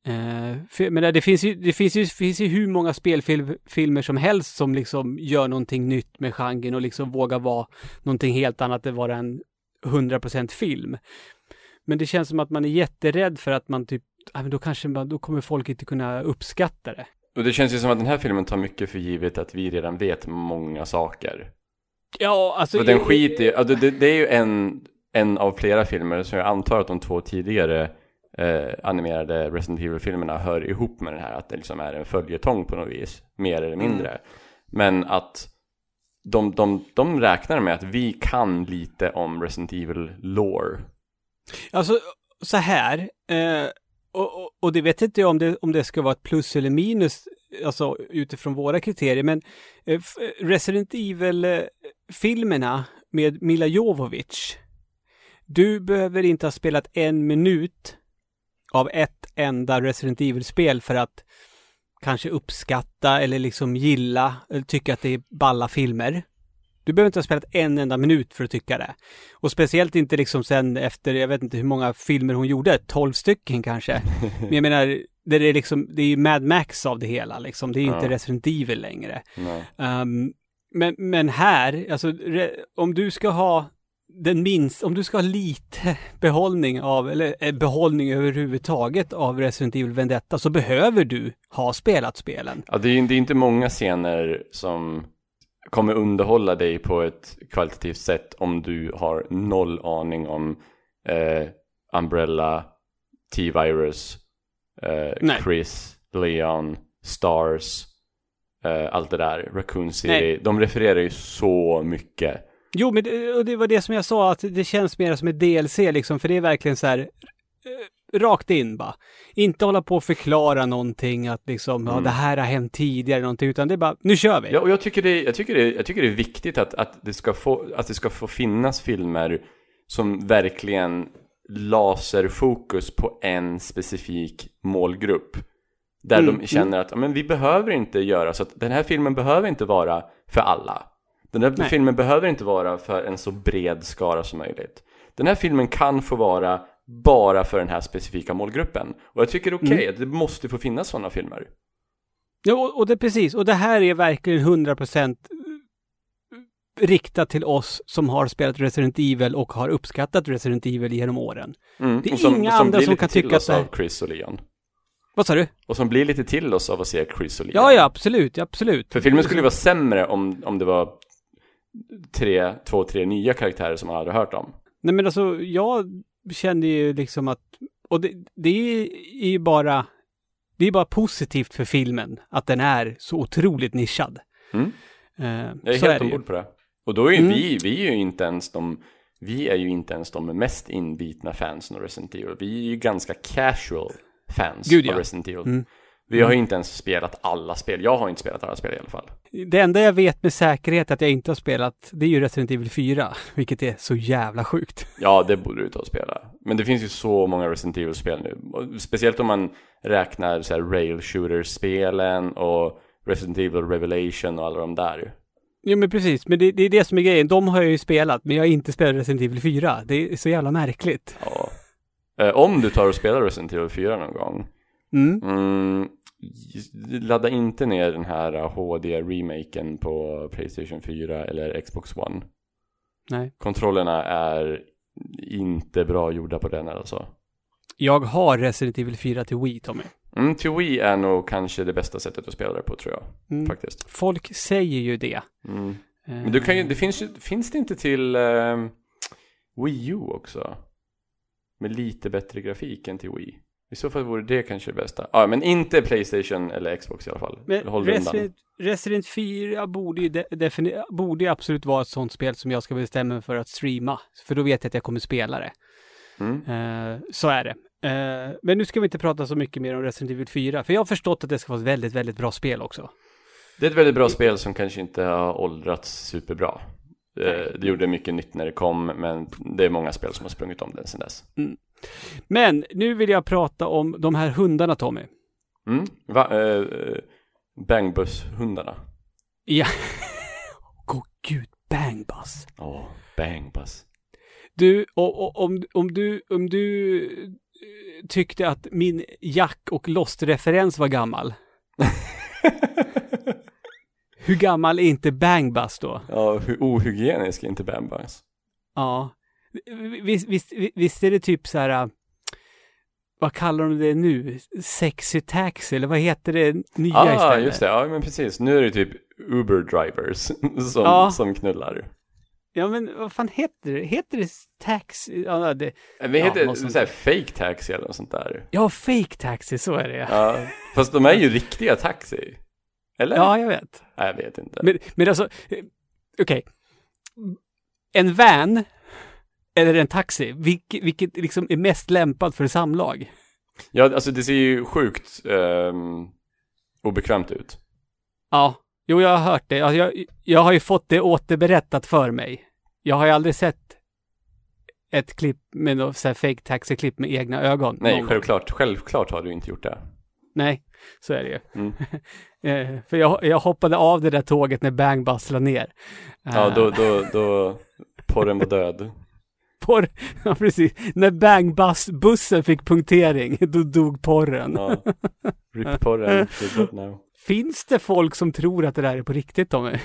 Uh, för, men det finns ju, det finns ju, finns ju hur många spelfilmer som helst som liksom gör någonting nytt med genren och liksom vågar vara någonting helt annat än vara en hundra procent film. Men det känns som att man är jätterädd för att man typ, ja, men då kanske man, då kommer folk inte kunna uppskatta det. Och det känns ju som att den här filmen tar mycket för givet att vi redan vet många saker. Ja, alltså... Och den skit i, alltså det, det är ju en, en av flera filmer som jag antar att de två tidigare eh, animerade Resident Evil-filmerna hör ihop med den här. Att det liksom är en följetong på något vis, mer eller mindre. Mm. Men att de, de, de räknar med att vi kan lite om Resident Evil-lore. Alltså, så här... Eh... Och, och, och det vet inte jag om det, om det ska vara ett plus eller minus, alltså utifrån våra kriterier, men eh, Resident Evil-filmerna med Mila Jovovich, du behöver inte ha spelat en minut av ett enda Resident Evil-spel för att kanske uppskatta eller liksom gilla eller tycka att det är balla filmer. Du behöver inte ha spelat en enda minut för att tycka det. Och speciellt inte liksom sen efter, jag vet inte hur många filmer hon gjorde, tolv stycken kanske. Men jag menar, det är liksom, det är ju Mad Max av det hela liksom. Det är ja. inte Resident Evil längre. Um, men, men här, alltså re, om du ska ha den minst, om du ska ha lite behållning av, eller behållning överhuvudtaget av Resident Evil Vendetta, så behöver du ha spelat spelen. Ja, det är, det är inte många scener som kommer underhålla dig på ett kvalitativt sätt om du har noll aning om eh, Umbrella, T-Virus, eh, Chris, Leon, Stars, eh, allt det där, Raccoon City. Nej. De refererar ju så mycket. Jo, men det, och det var det som jag sa, att det känns mer som ett D L C liksom, för det är verkligen så här eh, rakt in bara. Inte hålla på och förklara någonting att liksom, mm. ja, det här har hänt tidigare någonting, utan det är bara, nu kör vi. Ja, och jag tycker det, jag tycker det, jag tycker det är viktigt att, att, det ska få, att det ska få finnas filmer som verkligen laser fokus på en specifik målgrupp. Där mm. de känner att men vi behöver inte göra så att den här filmen behöver inte vara för alla. Den här Nej. filmen behöver inte vara för en så bred skara som möjligt. Den här filmen kan få vara bara för den här specifika målgruppen. Och jag tycker det är okej okay, mm. att det måste få finnas sådana filmer. Ja, och, och det är precis. Och det här är verkligen hundra procent riktat till oss som har spelat Resident Evil och har uppskattat Resident Evil genom åren. Mm. Det är som, inga som andra som kan tycka att det av Chris och Leon. Vad sa du? Och som blir lite till oss av att se Chris och Leon. Ja, ja, absolut, absolut. För filmen skulle ju vara sämre om, om det var tre, två, tre nya karaktärer som man hade hört om. Nej, men alltså, jag kände ju liksom att, och det, det är ju bara, det är bara positivt för filmen att den är så otroligt nischad. Mm. Uh, jag är helt ombord på det. Och då är ju mm. vi, vi är ju inte ens de, vi är ju inte ens de mest inbitna fansen av Resident Evil. Vi är ju ganska casual fans Gud, ja. av Resident Evil. Mm. Vi har ju inte ens spelat alla spel. Jag har inte spelat alla spel i alla fall. Det enda jag vet med säkerhet att jag inte har spelat, det är ju Resident Evil fyra. Vilket är så jävla sjukt. Ja, det borde du ta och spela. Men det finns ju så många Resident Evil-spel nu. Speciellt om man räknar så här rail shooter-spelen och Resident Evil Revelation och alla de där. Ja, men precis. Men det, det är det som är grejen. De har jag ju spelat, men jag har inte spelat Resident Evil fyra. Det är så jävla märkligt. Ja. Eh, om du tar och spelar Resident Evil fyra någon gång, Mm. Mm, ladda inte ner den här H D-remaken på PlayStation fyra eller Xbox One. Nej. Kontrollerna är inte bra gjorda på den alltså. Jag har Resident Evil fyra till Wii, Tommy. Mm, till Wii är nog kanske det bästa sättet att spela det på, tror jag. Mm. Faktiskt. Folk säger ju det. Mm. Uh... Men du kan ju, det finns, ju, finns det inte till uh, Wii U också? Med lite bättre grafik än till Wii. I så fall vore det kanske det bästa. Ja, men inte PlayStation eller Xbox i alla fall. Men Håll Resident, Resident fyra borde ju, de, defini- borde ju absolut vara ett sånt spel som jag ska bestämma för att streama. För då vet jag att jag kommer spela det. Mm. Uh, så är det. Uh, men nu ska vi inte prata så mycket mer om Resident Evil fyra. För jag har förstått att det ska vara ett väldigt, väldigt bra spel också. Det är ett väldigt bra spel som kanske inte har åldrats superbra. Uh, det gjorde mycket nytt när det kom, men det är många spel som har sprungit om den sedan dess. Mm. Men nu vill jag prata om de här hundarna, Tommy. Mm. Va? Uh, Bangbus-hundarna. Ja. Åh oh, gud, Bangbus. Åh, oh, Bangbus. Du, och, och, om, om du, om du tyckte att min Jack och Lost-referens var gammal. Hur gammal är inte Bang Bus då? Ja, hur ohygienisk är inte Bang Bus? Ja. Visst, visst, visst är det typ så här... Vad kallar de det nu? Sexy taxi, eller vad heter det nya ah, istället? Ja, just det. Ja, men precis. Nu är det typ Uber-drivers som, ja. som knullar. Ja, men vad fan heter det? Heter det taxi? Ja, det... Vi heter ja, så här fake taxi eller något sånt där. Ja, fake taxi, så är det. Ja, fast de är ju riktiga taxi. Eller? Ja, jag vet. Nej, jag vet inte. Men, men alltså, okej. Okay. En van eller en taxi, vilket, vilket liksom är mest lämpad för samlag? Ja, alltså det ser ju sjukt um, obekvämt ut. Ja, jo jag har hört det. Alltså, jag, jag har ju fått det återberättat för mig. Jag har ju aldrig sett ett klipp med något så här fake taxi-klipp med egna ögon. Nej, självklart. Självklart har du inte gjort det. Nej, så är det ju. Mm. eh, för jag, jag hoppade av det där tåget när Bang Bus la ner. Ja, då, då, då porren var död. Porr, ja precis. När Bang Bus bussen fick punktering, då dog porren. Ja. Rip porren. Now. Finns det folk som tror att det där är på riktigt, Tommy?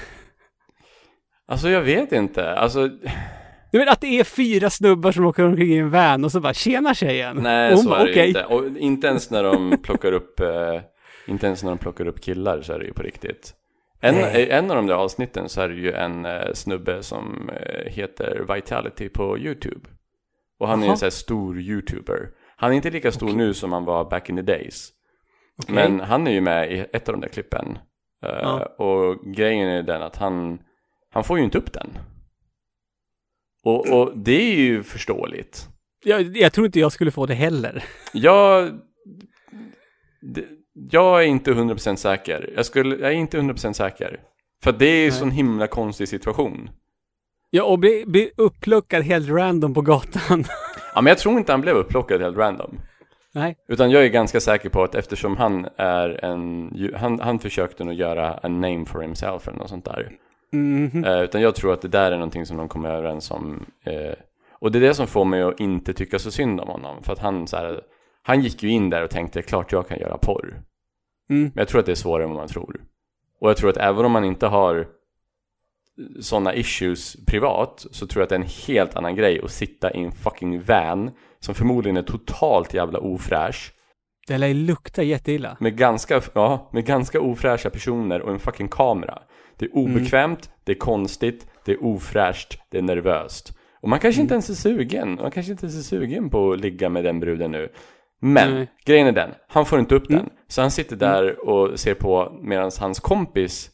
Alltså jag vet inte. Alltså... Du vet att det är fyra snubbar som åker omkring i en van och så bara, tjena tjejen. Nej, så är det okay. inte. Och inte ens när de plockar upp eh, inte ens när de plockar upp killar så är det ju på riktigt. En, en av de där avsnitten så är det ju en eh, snubbe som eh, heter Vitality på YouTube. Och han Aha. är en så här stor YouTuber. Han är inte lika stor okay. nu som han var back in the days. Okay. Men han är ju med i ett av de där klippen. Uh, ja. Och grejen är den att han, han får ju inte upp den. Och, och det är ju förståeligt. Jag, jag tror inte jag skulle få det heller. Jag, det, jag är inte hundra procent säker. Jag, skulle, jag är inte hundra procent säker. För det är ju en sån himla konstig situation. Ja, och bli, bli upplockad helt random på gatan. Ja, men jag tror inte han blev upplockad helt random. Nej. Utan jag är ganska säker på att eftersom han är en... Han, han försökte nog göra en name for himself eller något sånt där. Mm-hmm. Uh, utan jag tror att det där är någonting som de kommer överens om. Uh, och det är det som får mig att inte tycka så synd om honom. För att han så här, han gick ju in där och tänkte, klart jag kan göra porr. Mm. Men jag tror att det är svårare än vad man tror. Och jag tror att även om man inte har sådana issues privat, så tror jag att det är en helt annan grej att sitta i en fucking van som förmodligen är totalt jävla ofräsch. Det lär lukta jätteilla. Med ganska, ja, med ganska ofräscha personer och en fucking kamera. Det är obekvämt, mm. det är konstigt, det är ofräscht, det är nervöst. Och man kanske mm. inte ens är sugen. Man kanske inte ens är sugen på att ligga med den bruden nu. Men mm. grejen är den, han får inte upp mm. den. Så han sitter där mm. och ser på medan hans kompis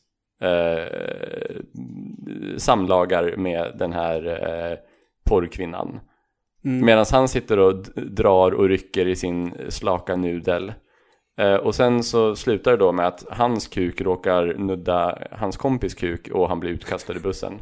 eh, samlagar med den här eh, porrkvinnan. Mm. Medan han sitter och d- drar och rycker i sin slaka nudel. Eh, och sen så slutar det då med att hans kuk råkar nudda hans kompis kuk och han blir utkastad i bussen.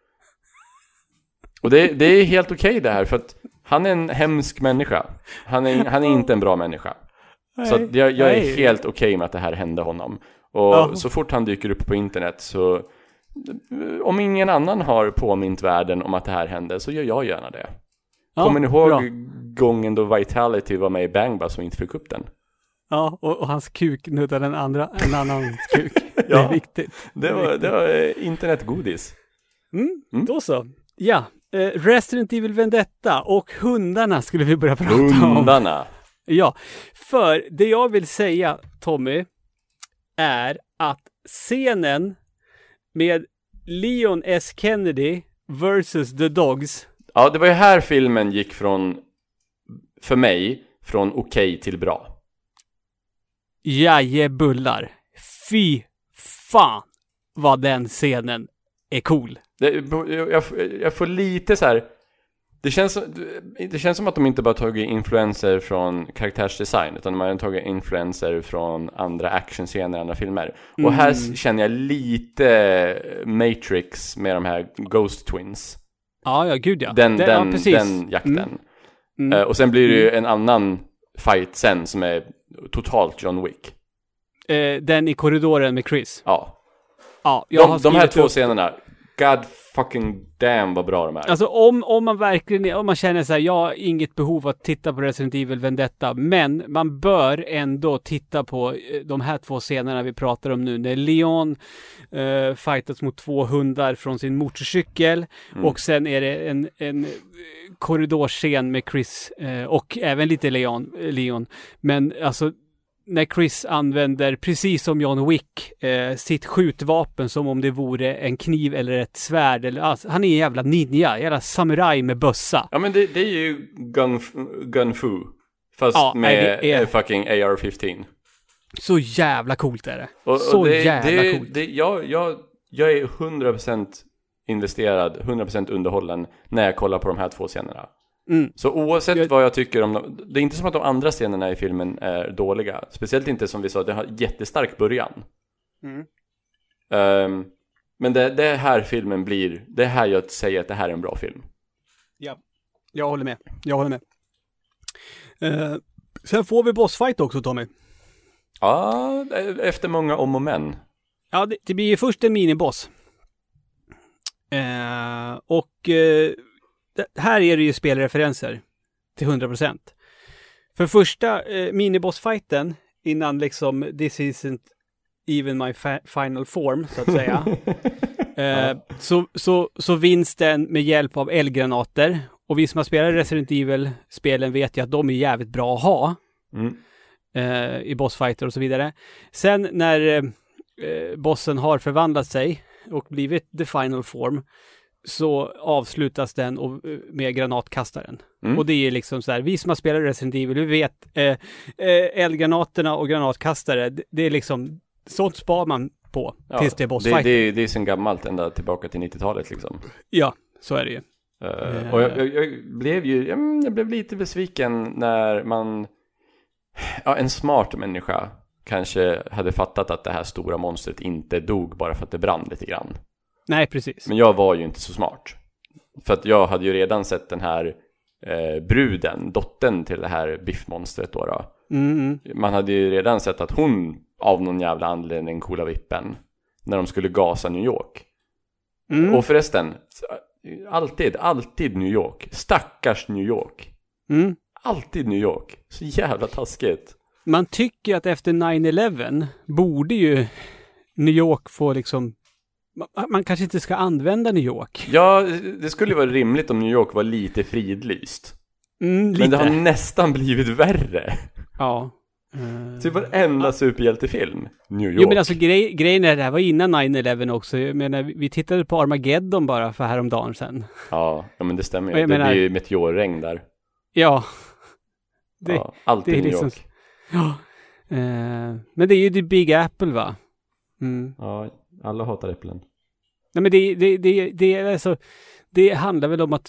Och det, det är helt okej okay det här, för att han är en hemsk människa. Han är, han är inte en bra människa. Nej, så att jag, jag är nej. helt okej okay med att det här hände honom. Och ja. så fort han dyker upp på internet så... Om ingen annan har påmint världen om att det här hände, så gör jag gärna det. Ja, kommer ni ihåg bra. gången då Vitality var med i Bang Bus och inte fick upp den? Ja, och, och hans kuk nuddade en, andra, en annan kuk. Det ja, är viktigt. Det, det, var, det var internetgodis. Mm, mm. Då så. Ja, eh, Resident Evil Vendetta och hundarna skulle vi börja prata hundarna. om. Hundarna. Ja, för det jag vill säga, Tommy, är att scenen med Leon S. Kennedy versus The Dogs. Ja, det var ju här filmen gick från, för mig, från okej okay till bra. Jajebullar. Fy fan vad den scenen är cool. Det, jag, jag får lite så här. Det känns, det känns som att de inte bara tagit influenser från karaktärsdesign, utan de har tagit influenser från andra actionscener, andra filmer. Mm. Och här känner jag lite Matrix med de här Ghost Twins. Ja, ja, gud ja. Den, det, den, ja, precis. den jakten. Mm. Mm. Uh, och sen blir det ju en annan fight sen som är totalt John Wick. Uh, den i korridoren med Chris. Ja. Ja, jag de, har de här två upp... scenerna, God fucking damn vad bra de är. Alltså om, om man verkligen, om man känner så här, jag har inget behov att titta på Resident Evil Vendetta, men man bör ändå titta på de här två scenerna vi pratar om nu, när Leon uh, fightas mot två hundar från sin motorcykel, mm. och sen är det en, en korridorscen med Chris uh, och även lite Leon, Leon. Men alltså när Chris använder, precis som John Wick, eh, sitt skjutvapen som om det vore en kniv eller ett svärd. Eller, alltså, han är en jävla ninja, jävla samuraj med bössa. Ja, men det, det är ju gun, gun fu. Fast ja, med nej, är... fucking A R femton. Så jävla coolt är det. Och, och så det, jävla det, coolt. Det, jag, jag, jag är hundra procent investerad, hundra procent underhållen när jag kollar på de här två scenerna. Mm. Så oavsett jag... vad jag tycker om dem, det är inte som att de andra scenerna i filmen är dåliga. Speciellt inte som vi sa, det har jättestark början. Mm. Um, men det, det här filmen blir, det här jag säger att det här är en bra film. Ja, jag håller med. Jag håller med. Uh, sen får vi bossfight också, Tommy. Ja, efter många om och men. Ja, det, det blir ju först en miniboss. Uh, och... Uh, här är det ju spelreferenser till hundra procent. För första eh, minibossfighten innan liksom this isn't even my fa- final form så att säga. eh, ja. så, så, så vinns den med hjälp av eldgranater. Och vi som har spelat Resident Evil-spelen vet ju att de är jävligt bra att ha. Mm. Eh, i bossfighter och så vidare. Sen när eh, bossen har förvandlat sig och blivit the final form, så avslutas den och, med granatkastaren. Mm. Och det är liksom så här, vi som har spelat Resident Evil, vi vet eh, eh, eldgranaterna och granatkastare, det, det är liksom, sånt spar man på ja, tills det är bossfight. Det, det, det är sen gammalt ända tillbaka till nittiotalet liksom. Ja, så är det ju. Uh, uh. Och jag, jag, jag blev ju, jag blev lite besviken när man, ja, en smart människa kanske hade fattat att det här stora monstret inte dog bara för att det brann lite grann. Nej, precis. Men jag var ju inte så smart. För att jag hade ju redan sett den här eh, bruden, dottern till det här biffmonstret då. då. Mm. Man hade ju redan sett att hon av någon jävla anledning coola vippen när de skulle gasa New York. Mm. Och förresten, alltid, alltid New York. Stackars New York. Mm. Alltid New York. Så jävla taskigt. Man tycker att efter nine eleven borde ju New York få liksom... Man kanske inte ska använda New York. Ja, det skulle vara rimligt om New York var lite fridlyst. Mm, lite. Men det har nästan blivit värre. Ja. Uh, så det var enda ja. superhjältefilm. New York. Jo, men alltså grej, grejen är det här var innan nine eleven också. Jag menar, vi tittade på Armageddon bara för häromdagen sen. Ja, ja men det stämmer ju. Det menar, blir ju meteorregn där. Ja. Det, ja alltid det är New liksom, York. Ja. Uh, men det är ju The Big Apple, va? Mm. Ja, alla hatar äpplen. Nej, men det, det, det, det, alltså, det handlar väl om att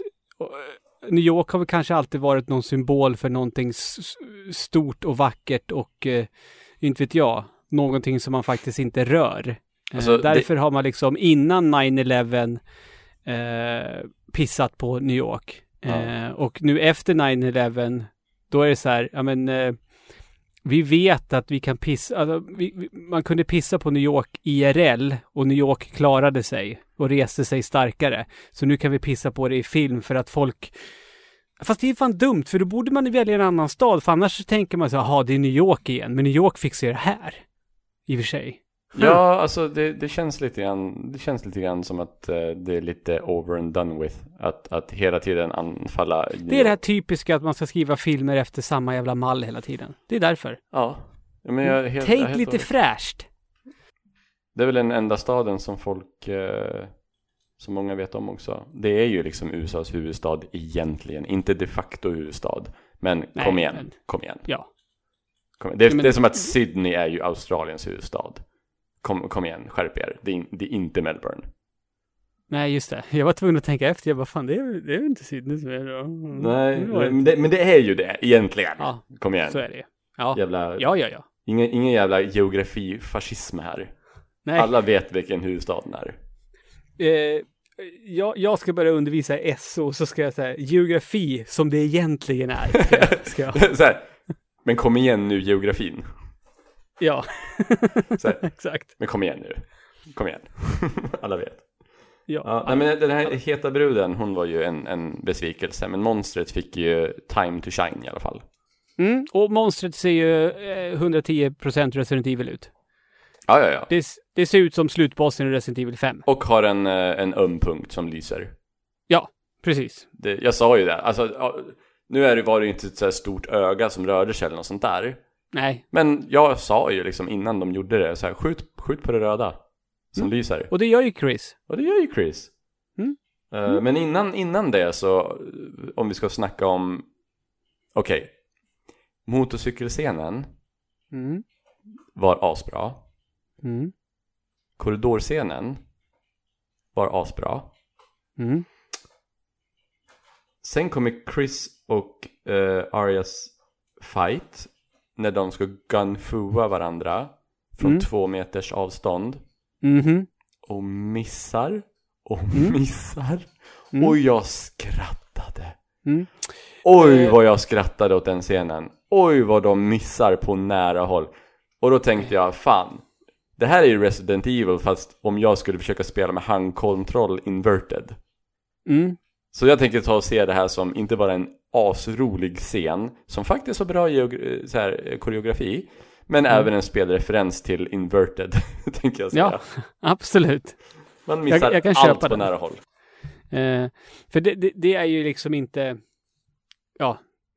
New York har väl kanske alltid varit någon symbol för någonting s- stort och vackert och eh, inte vet jag, någonting som man faktiskt inte rör. Alltså, eh, därför det... har man liksom innan nine eleven eh, pissat på New York. Eh, ja. Och nu efter nine eleven då är det så här, ja men eh, vi vet att vi kan pissa, alltså, vi, vi, man kunde pissa på New York I R L och New York klarade sig och reste sig starkare. Så nu kan vi pissa på det i film för att folk, fast det är fan dumt för då borde man välja en annan stad, för annars så tänker man så här, jaha det är New York igen, men New York fixar det här i och för sig. Ja, alltså det, det känns lite grann, det känns lite grann som att uh, det är lite over and done with. Att, att hela tiden anfalla. Det är det här typiska att man ska skriva filmer efter samma jävla mall hela tiden. Det är därför. Ja. ja men jag, helt, Tänk jag helt lite och... fräscht. Det är väl den enda staden som folk, uh, som många vet om också. Det är ju liksom U S A:s huvudstad egentligen. Inte de facto huvudstad. Men Nej, kom igen, men... kom igen. Ja. Kom igen. Det, är, ja, men... det är som att Sydney är ju Australiens huvudstad. Kom, kom igen, skärp er. Det är, det är inte Melbourne. Nej, just det. Jag var tvungen att tänka efter. Jag bara, fan, det är, det är ju inte Sydney som är då. Nej, men det, men det är ju det egentligen. Ja, kom igen. Så är det. Ja, jävla, ja, ja. ja. Ingen, ingen jävla geografifascism här. Nej. Alla vet vilken huvudstaden är. Eh, jag, jag ska börja undervisa i S O, så ska jag säga geografi som det egentligen är. Ska jag, ska jag. Så här, men kom igen nu, geografin. Ja, så här, exakt. Men kom igen nu. Kom igen. Alla vet. Ja. Ja, nej, men den här heta bruden, hon var ju en, en besvikelse. Men monstret fick ju time to shine i alla fall. Mm, och monstret ser ju eh, hundratio procent Resident Evil ut. Ja, ja, ja. Det, det ser ut som slutbossen i Resident Evil fem. Och har en, en öm punkt som lyser. Ja, precis. Det, jag sa ju det. Alltså, ja, nu är det, var det ju inte ett så här stort öga som rörde sig eller något sånt där. Nej. Men jag sa ju liksom innan de gjorde det så här, skjut, skjut på det röda som mm. lyser. Och det gör ju Chris. Och det gör ju Chris. Mm. Uh, Mm. Men innan, innan det så, om vi ska snacka om, okej, okay. Motorcykelscenen mm. var asbra. Mm. Korridorscenen var asbra. Mm. Sen kommer Chris och uh, Arias fight när de ska gunfua varandra från mm. två meters avstånd. Mm-hmm. Och missar och mm. missar. Mm. Och jag skrattade. Mm. Oj vad jag skrattade åt den scenen. Oj vad de missar på nära håll. Och då tänkte jag, fan, det här är ju Resident Evil fast om jag skulle försöka spela med handkontroll inverted. Mm. Så jag tänker ta och se det här som inte bara en asrolig scen som faktiskt har bra geog- så här, koreografi, men mm. även en spelreferens till inverted, tänker jag säga. Ja, absolut. Man missar jag, jag kan allt köpa på den. nära håll. Eh, för det, det, det är ju liksom inte, ja,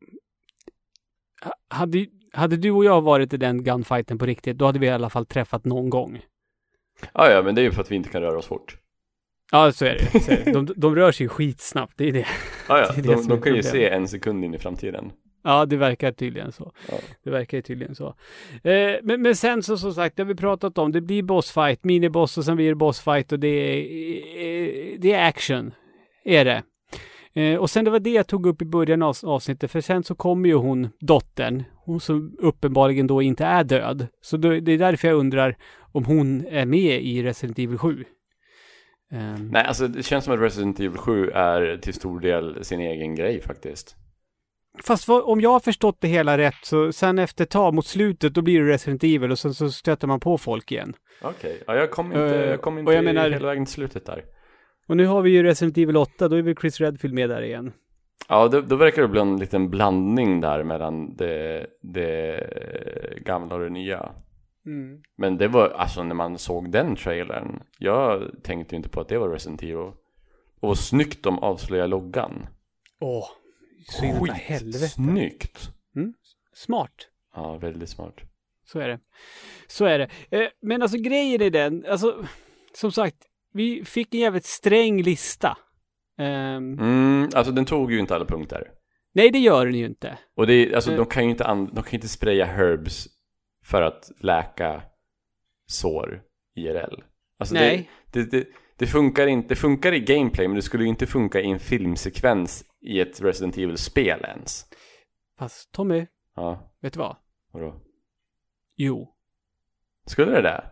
hade, hade du och jag varit i den gunfighten på riktigt, då hade vi i alla fall träffat någon gång. Ja, ja, men det är ju för att vi inte kan röra oss fort. Ja, så är det. Så är det. De, de rör sig skitsnabbt, det är det. Ja, ja. Det är det de, de kan ju problem. se en sekund in i framtiden. Ja, det verkar tydligen så. Ja. Det verkar tydligen så. Eh, men, men sen så som sagt, det har vi pratat om. Det blir bossfight, miniboss och sen blir det bossfight och det är, eh, det är action. Är det. Eh, och sen det var det jag tog upp i början av avsnittet. För sen så kommer ju hon, dottern. Hon som uppenbarligen då inte är död. Så då, det är därför jag undrar om hon är med i Resident Evil sju. Um, Nej, alltså det känns som att Resident Evil sju är till stor del sin egen grej faktiskt. Fast vad, om jag har förstått det hela rätt så sen efter ett tag mot slutet då blir det Resident Evil och sen så stöter man på folk igen. Okej, okay. Ja, jag kom inte, uh, jag kom inte jag menar, hela vägen till slutet där. Och nu har vi ju Resident Evil åtta, då är väl Chris Redfield med där igen. Ja, då, då verkar det bli en liten blandning där mellan det, det gamla och det nya. Mm. Men det var, alltså när man såg den trailern, jag tänkte ju inte på att det var Resident Evil. Och vad snyggt de avslöjar loggan. Åh, oh, så in i helvete. Snyggt. Mm. Smart. Ja, väldigt smart. Så är det. Så är det. Eh, men alltså grejen är den, alltså som sagt, vi fick en jävligt sträng lista. Um, mm, alltså den tog ju inte alla punkter. Nej, det gör den ju inte. Och det, alltså uh, de kan ju inte, an- de kan inte spraya herbs för att läka sår I R L. Alltså nej. Det, det, det, det funkar inte, det funkar i gameplay, men det skulle ju inte funka i en filmsekvens i ett Resident Evil-spel ens. Fast Tommy, ja. Vet du vad? Vadå? Jo. Skulle det det?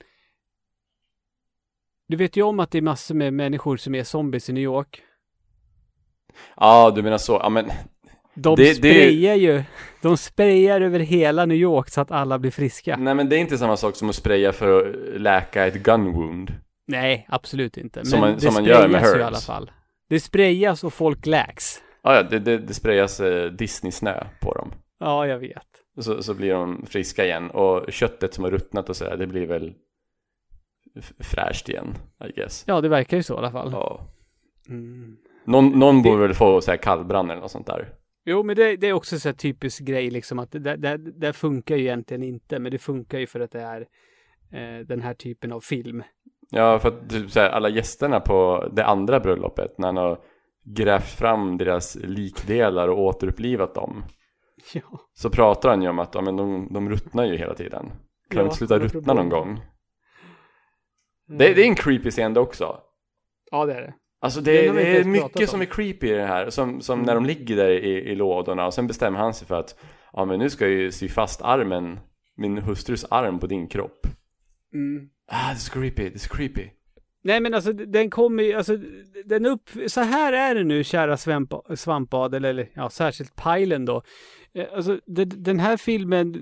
Du vet ju om att det är massor med människor som är zombies i New York. Ja, du menar så. Ja, men de det, sprayar det... ju. De sprayar över hela New York så att alla blir friska. Nej, men det är inte samma sak som att spraya för att läka ett gun wound. Nej, absolut inte. Som men man, det som man gör med herbs. I alla fall. Det sprayas och folk läks. Ja, ja det, det, det sprayas eh, Disney-snö på dem. Ja, jag vet. Så, så blir de friska igen. Och köttet som har ruttnat och sådär, det blir väl fräscht igen, I guess. Ja, det verkar ju så i alla fall. Ja. Mm. Någon, någon det... borde väl få så här kallbrand eller något sånt där. Jo, men det, det är också så här typisk grej liksom att det, det, det funkar ju egentligen inte, men det funkar ju för att det är eh, den här typen av film. Ja, för att typ, så här, alla gästerna på det andra bröllopet, när han har grävt fram deras likdelar och återupplivat dem. Ja. Så pratar han ju om att ja, men de, de ruttnar ju hela tiden. Kan ja, de inte sluta ruttna problem. Någon gång? Mm. Det, det är en creepy scen också. Ja, det är det. Alltså det, det, det är mycket som är creepy i det här. Som, som mm. när de ligger där i, i lådorna. Och sen bestämmer han sig för att ja, men nu ska jag ju sy fast armen, min hustrus arm på din kropp. Mm. Ah, det är så creepy, det är så creepy. Nej, men alltså den kommer ju, alltså den upp, så här är det nu, kära svamp, svampad, eller, eller ja, särskilt Pajlen då. Alltså det, den här filmen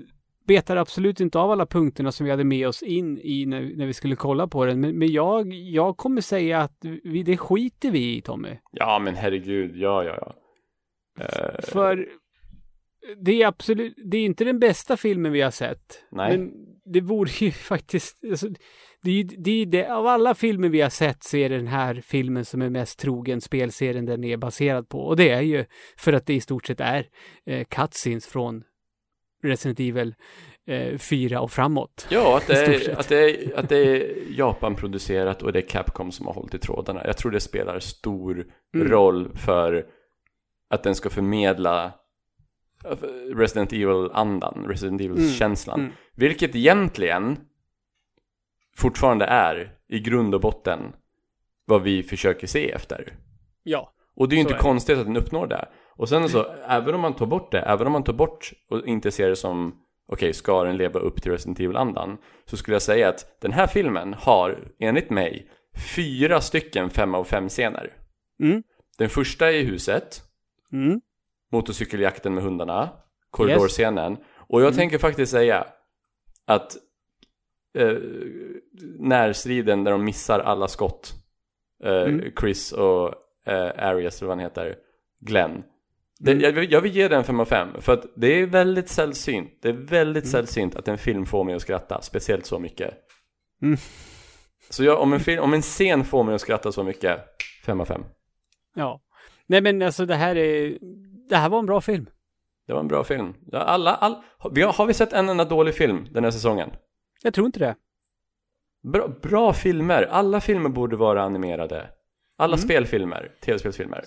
betar absolut inte av alla punkterna som vi hade med oss in i när, när vi skulle kolla på den. Men, men jag, jag kommer säga att vi, det skiter vi i, Tommy. Ja, men herregud. Ja, ja, ja. Uh... För det är absolut, det är inte den bästa filmen vi har sett. Nej. Men det vore ju faktiskt, alltså, det är, det är det, av alla filmer vi har sett så är det den här filmen som är mest trogen spelserien den är baserad på. Och det är ju för att det i stort sett är eh, cutscenes från Resident Evil eh, fyra och framåt. Ja, att det, är, att, det är, att det är Japan-producerat och det är Capcom som har hållit i trådarna. Jag tror det spelar stor mm. roll för att den ska förmedla Resident Evil-andan, Resident Evil-känslan. Mm. Mm. Vilket egentligen fortfarande är i grund och botten vad vi försöker se efter. Ja. Och det är ju inte konstigt att den uppnår det. Och sen så, mm. även om man tar bort det, även om man tar bort och inte ser det som okej, okay, ska den leva upp till Resident Evil-andan, så skulle jag säga att den här filmen har, enligt mig, fyra stycken fem av fem scener. Mm. Den första är i huset. Mm. Motorcykeljakten med hundarna, korridorscenen. Yes. Och jag mm. tänker faktiskt säga att eh, närstriden där de missar alla skott, eh, mm. Chris och eh, Arias, eller vad han heter, Glenn. Det, mm. jag, jag vill ge den fem av fem, för att det är väldigt sällsynt. Det är väldigt mm. sällsynt att en film får mig att skratta, speciellt så mycket. Mm. Så jag, om, en film, om en scen får mig att skratta så mycket, fem av fem. Ja. Nej, men alltså det här är det här var en bra film. Det var en bra film. Alla, all, vi har, har vi sett en enda dålig film den här säsongen? Jag tror inte det. Bra, bra filmer. Alla filmer borde vara animerade. Alla mm. spelfilmer, tv-spelsfilmer.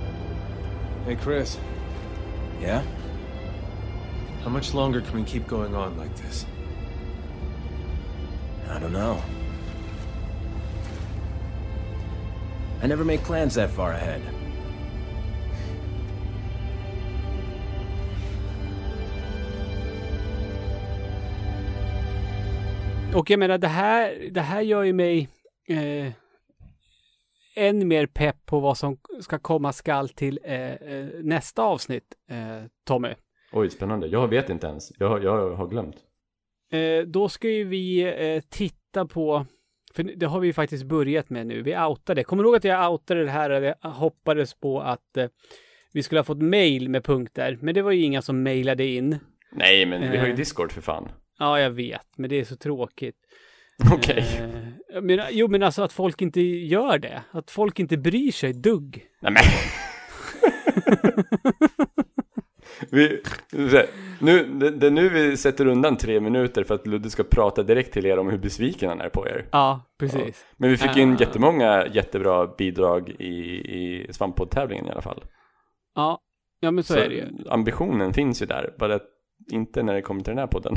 Hey Chris. Yeah? How much longer can we keep going on like this? I don't know. I never make plans that far ahead. Och jag menar, det här, det här gör ju mig eh, än mer pepp på vad som ska komma skall till eh, eh, nästa avsnitt, eh, Tommy. Oj, spännande. Jag vet inte ens. Jag, jag har glömt. Eh, då ska ju vi eh, titta på, för det har vi ju faktiskt börjat med nu. Vi outade. Kommer du ihåg att jag outade det här? Jag hoppades på att eh, vi skulle ha fått mail med punkter. Men det var ju inga som mailade in. Nej, men vi har ju eh, Discord för fan. Ja, jag vet. Men det är så tråkigt. Okej. Okay. Eh, men, jo, men alltså att folk inte gör det. Att folk inte bryr sig dugg. Nej, men... vi, nu, det, det är nu vi sätter undan tre minuter för att Ludde ska prata direkt till er om hur besviken han är på er. Ja, precis. Ja. Men vi fick in uh. jättemånga jättebra bidrag i, i Svamppodd-tävlingen i alla fall. Ja, ja men så, så är det ju. Ambitionen finns ju där, bara inte när det kommer till den här podden.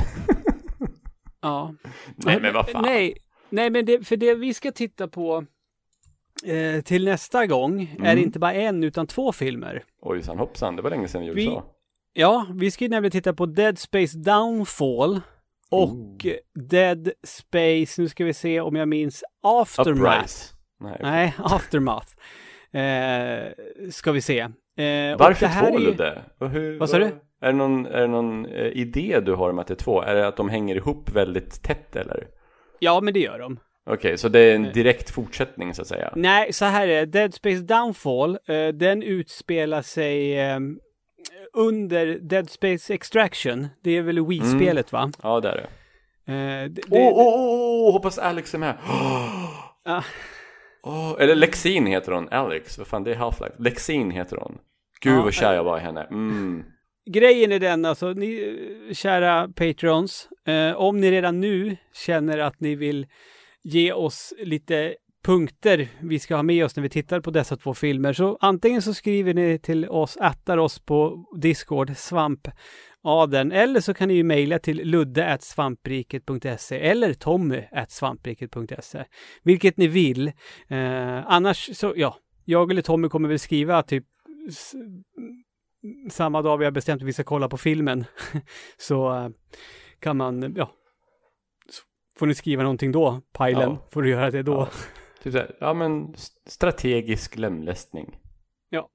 Ja. Nej, men vad fan. Nej, nej men det, för det vi ska titta på eh, till nästa gång mm. är inte bara en utan två filmer. Ojsan hoppsan, det var länge sedan vi gjorde vi, så. Ja, vi ska nämligen titta på Dead Space Downfall och oh. Dead Space, nu ska vi se om jag minns, Aftermath. Nej, Nej, Aftermath. Eh, ska vi se. Eh, Varför två, Ludde? Hur, vad sa du? Är det någon, är det någon eh, idé du har om att det är två? Är det att de hänger ihop väldigt tätt eller? Ja, men det gör de. Okej, okay, så det är en direkt fortsättning så att säga? Nej, så här är det. Dead Space Downfall, eh, den utspelar sig eh, under Dead Space Extraction. Det är väl Wii-spelet mm. va? Ja, det är det. Åh, eh, åh, åh, åh, hoppas Alex är med. Ah. Oh, eller Lexine heter hon, Alex. Vad fan, det är Half-Life. Lexine heter hon. Gud ja, vad kär jag var i henne. Mm. Grejen är den, alltså, ni kära Patrons, eh, om ni redan nu känner att ni vill ge oss lite punkter vi ska ha med oss när vi tittar på dessa två filmer, så antingen så skriver ni till oss, attar oss på Discord, Svampadeln, eller så kan ni ju mejla till ludde at svampriket punkt se eller tommy at svampriket punkt se, vilket ni vill. Eh, annars så, ja, jag eller Tommy kommer väl skriva typ s- samma dag vi har bestämt att vi ska kolla på filmen. Så uh, kan man, ja, får ni skriva någonting då, pajlen, ja. Får du göra det då. Ja, typ så här, ja men strategisk lemlästning. Ja.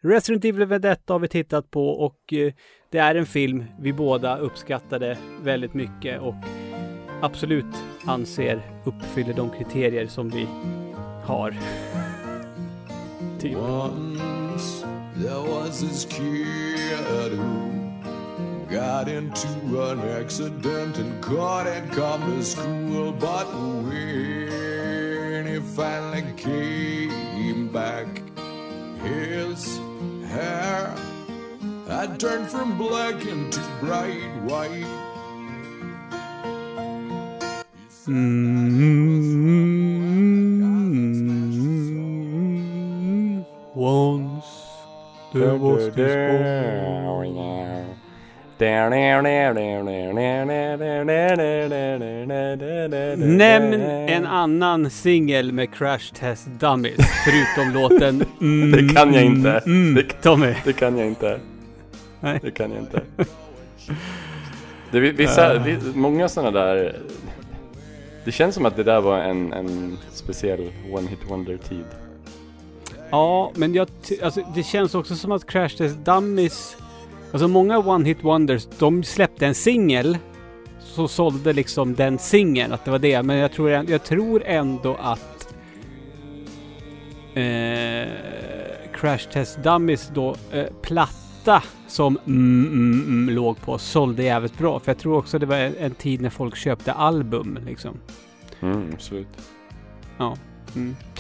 Resident Evil Vendetta har vi tittat på och eh, det är en film vi båda uppskattade väldigt mycket och absolut anser uppfyller de kriterier som vi har. Typ. Once there was this kid who got into an accident and couldn't come to school, but when he finally came back, his hair had turned from black into bright white. Mm-hmm. Once there was this boy. Nämn en annan singel med Crash Test Dummies förutom låten mm, det kan jag inte. Mm, det, Tommy. Det kan jag inte. Nej. Det kan jag inte. Det vissa uh. många sådana där. Det känns som att det där var en en speciell one hit wonder tid. Ja, men jag alltså det känns också som att Crash Test Dummies, alltså många one hit wonders, de släppte en singel så sålde liksom den singeln att det var det, men jag tror jag tror ändå att eh, Crash Test Dummies då eh, platta som mm, mm, mm, låg på sålde jävligt bra, för jag tror också det var en, en tid när folk köpte album liksom. Mm, absolut. Ja. Mm.